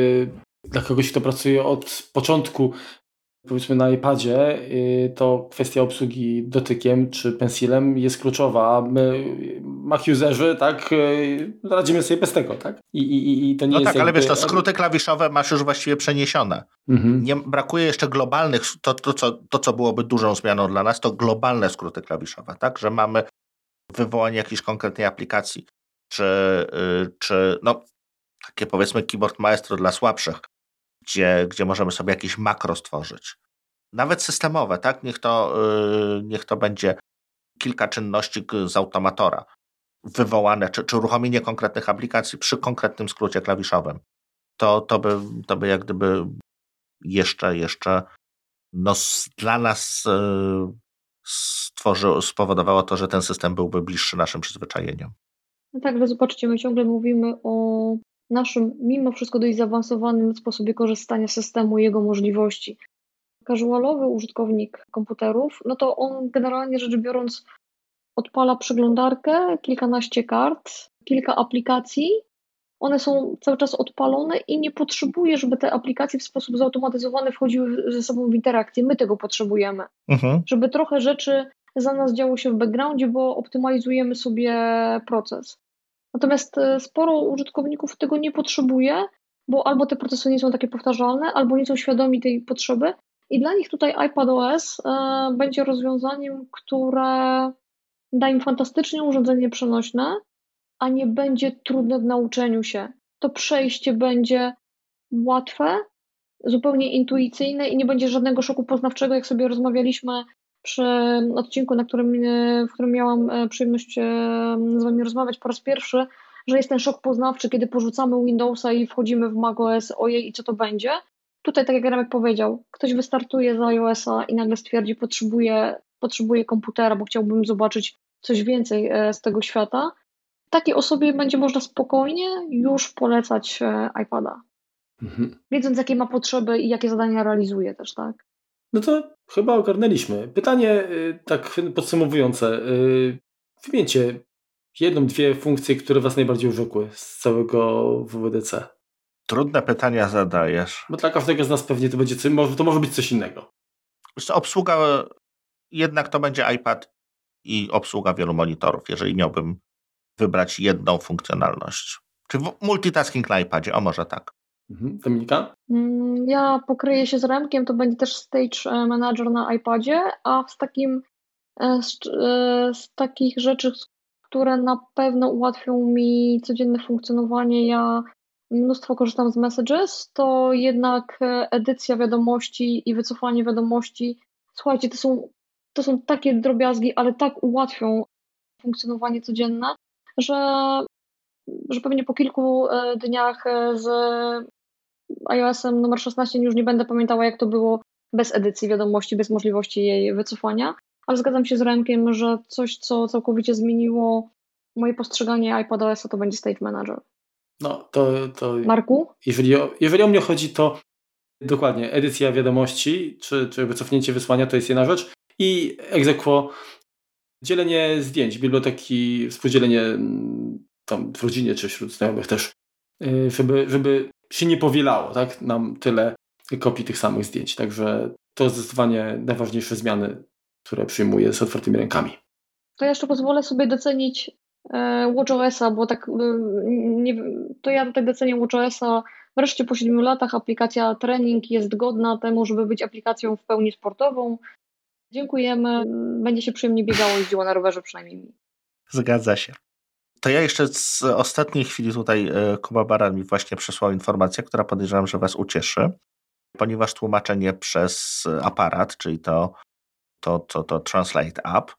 dla kogoś, kto pracuje od początku, powiedzmy na iPadzie, to kwestia obsługi dotykiem czy pensilem jest kluczowa. My, Mac-userzy, tak, radzimy sobie bez tego, tak? I to nie jest ale wiesz, to skróty klawiszowe masz już właściwie przeniesione. Nie brakuje jeszcze globalnych, co byłoby dużą zmianą dla nas, to globalne skróty klawiszowe, tak? Że mamy wywołanie jakiejś konkretnej aplikacji, czy no, takie powiedzmy Keyboard Maestro dla słabszych, gdzie możemy sobie jakieś makro stworzyć. Nawet systemowe, tak? Niech to będzie kilka czynności z automatora wywołane, czy uruchomienie konkretnych aplikacji przy konkretnym skrócie klawiszowym. To by jak gdyby jeszcze no, dla nas spowodowało to, że ten system byłby bliższy naszym przyzwyczajeniom. No tak, ale zobaczcie, my ciągle mówimy o naszym, mimo wszystko dość zaawansowanym sposobie korzystania z systemu i jego możliwości. Casualowy użytkownik komputerów, no to on generalnie rzecz biorąc odpala przeglądarkę, kilkanaście kart, kilka aplikacji. One są cały czas odpalone i nie potrzebuje, żeby te aplikacje w sposób zautomatyzowany wchodziły ze sobą w interakcję. My tego potrzebujemy. Żeby trochę rzeczy za nas działo się w backgroundzie, bo optymalizujemy sobie proces. Natomiast sporo użytkowników tego nie potrzebuje, bo albo te procesy nie są takie powtarzalne, albo nie są świadomi tej potrzeby. I dla nich tutaj iPadOS będzie rozwiązaniem, które da im fantastycznie urządzenie przenośne, a nie będzie trudne w nauczeniu się. To przejście będzie łatwe, zupełnie intuicyjne i nie będzie żadnego szoku poznawczego, jak sobie rozmawialiśmy przy odcinku, w którym miałam przyjemność z Wami rozmawiać po raz pierwszy, że jest ten szok poznawczy, kiedy porzucamy Windowsa i wchodzimy w macOS, ojej, i co to będzie? Tutaj, tak jak Remek powiedział, ktoś wystartuje z iOS-a i nagle stwierdzi, potrzebuje komputera, bo chciałbym zobaczyć coś więcej z tego świata. Takiej osobie będzie można spokojnie już polecać iPada. Wiedząc, jakie ma potrzeby i jakie zadania realizuje też, tak? No to chyba ogarnęliśmy. Pytanie tak podsumowujące. Wymieńcie jedną, dwie funkcje, które Was najbardziej urzekły z całego WWDC. Trudne pytania zadajesz. Bo dla każdego z nas pewnie to może być coś innego. Obsługa, jednak to będzie iPad i obsługa wielu monitorów, jeżeli miałbym wybrać jedną funkcjonalność. Czy multitasking na iPadzie, o może tak. Dominika? Ja pokryję się z Remkiem, to będzie też Stage Manager na iPadzie, a z takich rzeczy, które na pewno ułatwią mi codzienne funkcjonowanie, ja mnóstwo korzystam z Messages, to jednak edycja wiadomości i wycofanie wiadomości. Słuchajcie, to są takie drobiazgi, ale tak ułatwią funkcjonowanie codzienne, że pewnie po kilku dniach z iOS-em numer 16 już nie będę pamiętała, jak to było bez edycji wiadomości, bez możliwości jej wycofania, ale zgadzam się z Remkiem, że coś, co całkowicie zmieniło moje postrzeganie iPadOS-a, to będzie Stage Manager. No, to Marku? jeżeli o mnie chodzi, to dokładnie edycja wiadomości, czy wycofnięcie wysłania to jest jedna rzecz i ex aequo dzielenie zdjęć, biblioteki, współdzielenie tam w rodzinie czy wśród znajomych też, żeby się nie powielało, tak, nam tyle kopii tych samych zdjęć. Także to zdecydowanie najważniejsze zmiany, które przyjmuję z otwartymi rękami. To jeszcze pozwolę sobie docenić WatchOS-a, bo tak to ja tutaj docenię WatchOS-a. Wreszcie po 7 latach aplikacja Trening jest godna temu, żeby być aplikacją w pełni sportową. Dziękujemy. Będzie się przyjemnie biegało, jeździło na rowerze przynajmniej mi. Zgadza się. To ja jeszcze z ostatniej chwili tutaj Kuba Baran mi właśnie przesłał informację, która podejrzewam, że was ucieszy, ponieważ tłumaczenie przez aparat, czyli to Translate App,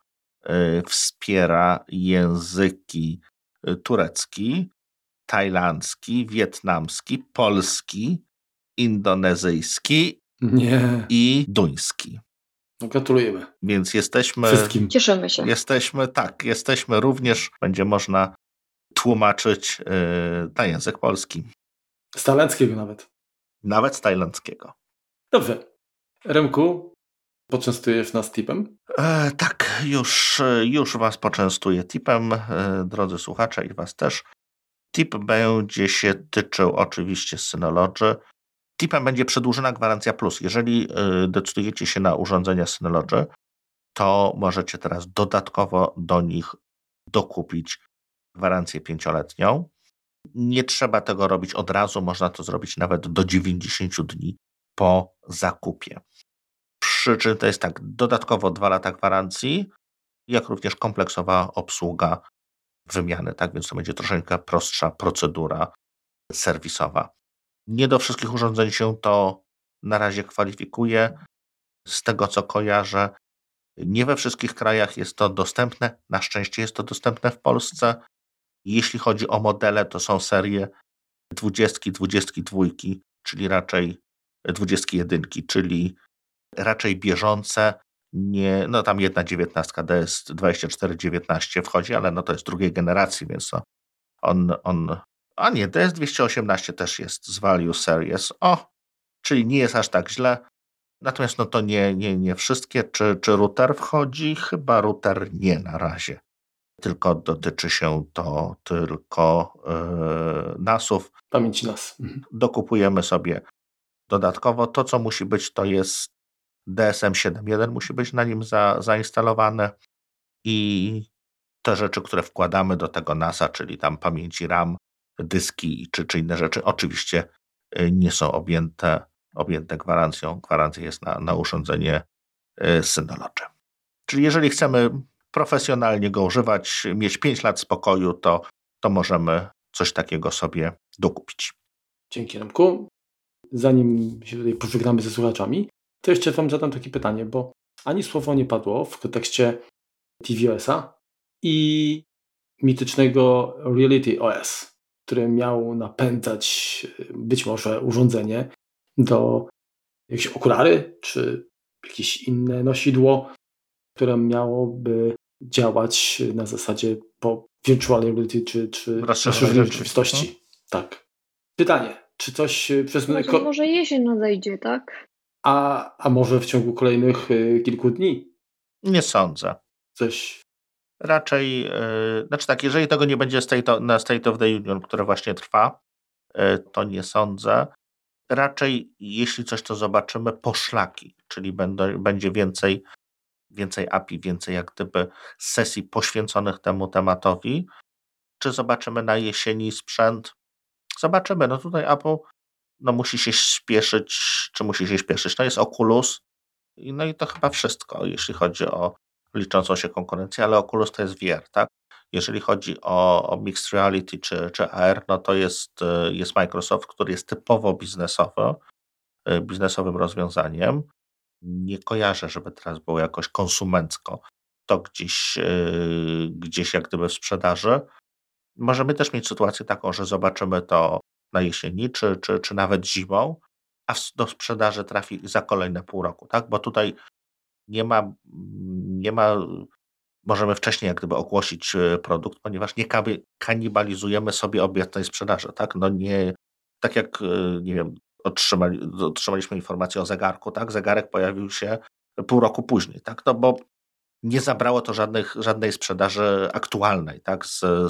wspiera języki turecki, tajlandzki, wietnamski, polski, indonezyjski i duński. No, gratulujemy. Więc jesteśmy... Wszystkim. Cieszymy się. Jesteśmy również, będzie można tłumaczyć na język polski. Z tajlandzkiego nawet. Nawet z tajlandzkiego. Dobrze. Remku, poczęstujesz nas tipem? Tak, już was poczęstuję tipem, drodzy słuchacze, i was też. Tip będzie się tyczył oczywiście Synology. Tipem będzie przedłużona gwarancja plus. Jeżeli decydujecie się na urządzenia Synology, to możecie teraz dodatkowo do nich dokupić gwarancję 5-letnią. Nie trzeba tego robić od razu, można to zrobić nawet do 90 dni po zakupie. Przy czym to jest tak, dodatkowo 2 lata gwarancji, jak również kompleksowa obsługa wymiany, tak, więc to będzie troszeczkę prostsza procedura serwisowa. Nie do wszystkich urządzeń się to na razie kwalifikuje. Z tego, co kojarzę, nie we wszystkich krajach jest to dostępne. Na szczęście jest to dostępne w Polsce. Jeśli chodzi o modele, to są serie 20, 22, czyli raczej 21, czyli raczej bieżące. Nie, no tam jedna 19 DS2419 wchodzi, ale no to jest drugiej generacji, więc to a nie, DS218 też jest z Value Series. Czyli nie jest aż tak źle. Natomiast no to nie wszystkie. Czy router wchodzi? Chyba router nie na razie. Tylko dotyczy się to tylko NAS-ów. Pamięci NAS. Dokupujemy sobie dodatkowo. To, co musi być, to jest DSM 7.1 musi być na nim zainstalowane i te rzeczy, które wkładamy do tego NAS-a, czyli tam pamięci RAM, dyski czy inne rzeczy, oczywiście nie są objęte gwarancją. Gwarancja jest na urządzenie Synology. Czyli jeżeli chcemy profesjonalnie go używać, mieć 5 lat spokoju, to możemy coś takiego sobie dokupić. Dzięki, Remku. Zanim się tutaj pożegnamy ze słuchaczami, to jeszcze wam zadam takie pytanie, bo ani słowo nie padło w kontekście tvOS-a i mitycznego Reality OS, który miał napędzać być może urządzenie do jakieś okulary, czy jakieś inne nosidło, które miałoby działać na zasadzie po virtual reality, czy rozszerzonej rzeczywistości. Tak. Pytanie, czy coś przez... Może jesień nadejdzie, tak? A może w ciągu kolejnych kilku dni? Nie sądzę. Coś... Raczej, znaczy tak, jeżeli tego nie będzie na State of the Union, które właśnie trwa, to nie sądzę. Raczej, jeśli coś, to zobaczymy poszlaki, czyli będzie więcej API, więcej jak gdyby sesji poświęconych temu tematowi. Czy zobaczymy na jesieni sprzęt? Zobaczymy. No tutaj Apple musi się śpieszyć. No jest Oculus. No i to chyba wszystko, jeśli chodzi o liczącą się konkurencję, ale Oculus to jest VR, tak? Jeżeli chodzi o Mixed Reality czy AR, no to jest Microsoft, który jest typowo biznesowym rozwiązaniem. Nie kojarzę, żeby teraz było jakoś konsumencko to gdzieś jak gdyby w sprzedaży. Możemy też mieć sytuację taką, że zobaczymy to na jesieni, czy nawet zimą, a do sprzedaży trafi za kolejne pół roku, tak? Bo tutaj nie ma, możemy wcześniej jak gdyby ogłosić produkt, ponieważ nie kanibalizujemy sobie obiecnej sprzedaży, tak? No nie, tak jak, nie wiem, otrzymaliśmy informację o zegarku, tak? Zegarek pojawił się pół roku później, tak? No bo nie zabrało to żadnej sprzedaży aktualnej, tak?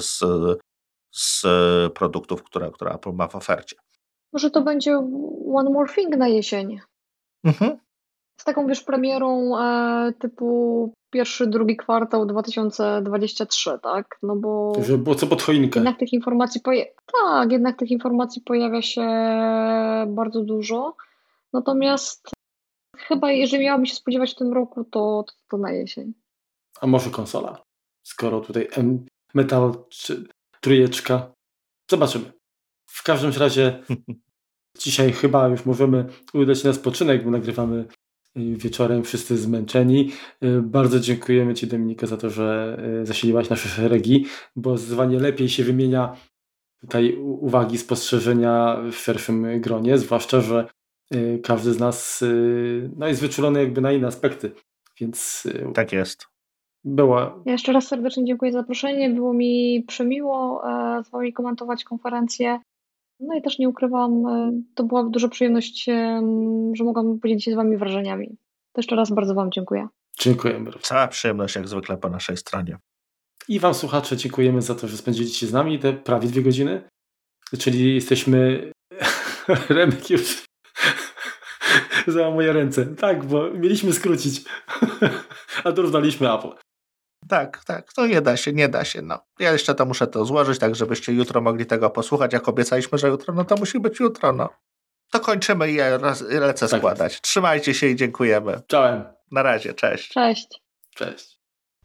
Z produktów, które Apple ma w ofercie. Może to będzie One More Thing na jesień. Z taką, wiesz, premierą typu pierwszy, drugi kwartał 2023, tak? No bo żeby było co pod choinkę. jednak tych informacji pojawia się bardzo dużo. Natomiast chyba, jeżeli miałabym się spodziewać w tym roku, to na jesień. A może konsola? Skoro tutaj Metal czy trójeczka. Zobaczymy. W każdym razie dzisiaj chyba już możemy udać na spoczynek, bo nagrywamy wieczorem, wszyscy zmęczeni. Bardzo dziękujemy Ci, Dominika, za to, że zasiliłaś nasze szeregi, bo zdecydowanie lepiej się wymienia tutaj uwagi, spostrzeżenia w szerszym gronie, zwłaszcza, że każdy z nas jest wyczulony jakby na inne aspekty, więc tak jest. Ja jeszcze raz serdecznie dziękuję za zaproszenie, było mi przemiło z Wami komentować konferencję. No i też nie ukrywam, to była duża przyjemność, że mogłam podzielić się z Wami wrażeniami. To jeszcze raz bardzo Wam dziękuję. Dziękujemy. Cała przyjemność jak zwykle po naszej stronie. I Wam, słuchacze, dziękujemy za to, że spędziliście z nami te prawie 2 godziny. Czyli jesteśmy... Remek już załamuje ręce. Tak, bo mieliśmy skrócić. A dorównaliśmy Apple. Tak, to nie da się. No. Ja jeszcze muszę to złożyć, tak żebyście jutro mogli tego posłuchać. Jak obiecaliśmy, że jutro, no to musi być jutro. No. To kończymy i ja lecę składać. Trzymajcie się i dziękujemy. Czołem. Na razie, cześć. Cześć.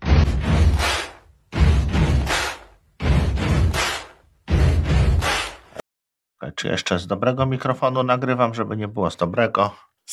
Czy jeszcze z dobrego mikrofonu nagrywam, żeby nie było z dobrego?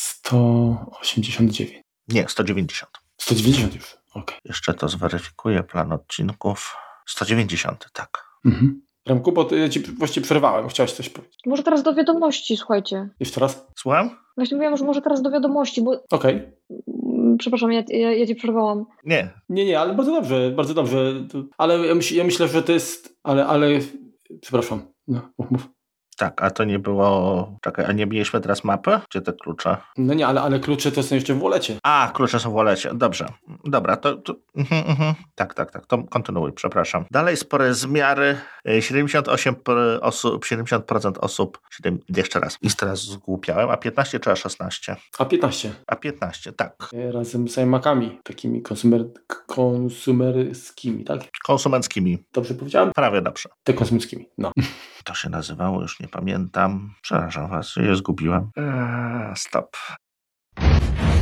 189. Nie, 190. 190 już, okej. Jeszcze to zweryfikuję, plan odcinków. 190, tak. Remku, bo ja Ci właściwie przerwałem, chciałeś coś powiedzieć. Może teraz do wiadomości, słuchajcie. Jeszcze raz? Słucham? Właśnie mówiłam, że może teraz do wiadomości, bo... Okej. Przepraszam, ja Cię przerwałam. Nie, ale bardzo dobrze. Ale ja myślę, że to jest... Ale... Przepraszam. No, mów. Tak, a to nie było... Czekaj, a nie mieliśmy teraz mapy? Gdzie te klucze? No nie, ale klucze to są jeszcze w walecie. A, klucze są w walecie. Dobrze. Dobra, to... Tak. To kontynuuj, przepraszam. Dalej spore zmiary. 70% osób... Jeszcze raz. I teraz zgłupiałem. A 15 czy A16? A15. A15, tak. Razem z iMacami. Takimi konsumerskimi, tak? Konsumenckimi. Dobrze powiedziałem? Prawie dobrze. Te konsumenckimi, no. To się nazywało, już nie pamiętam. Przepraszam was, je zgubiłem. Stop.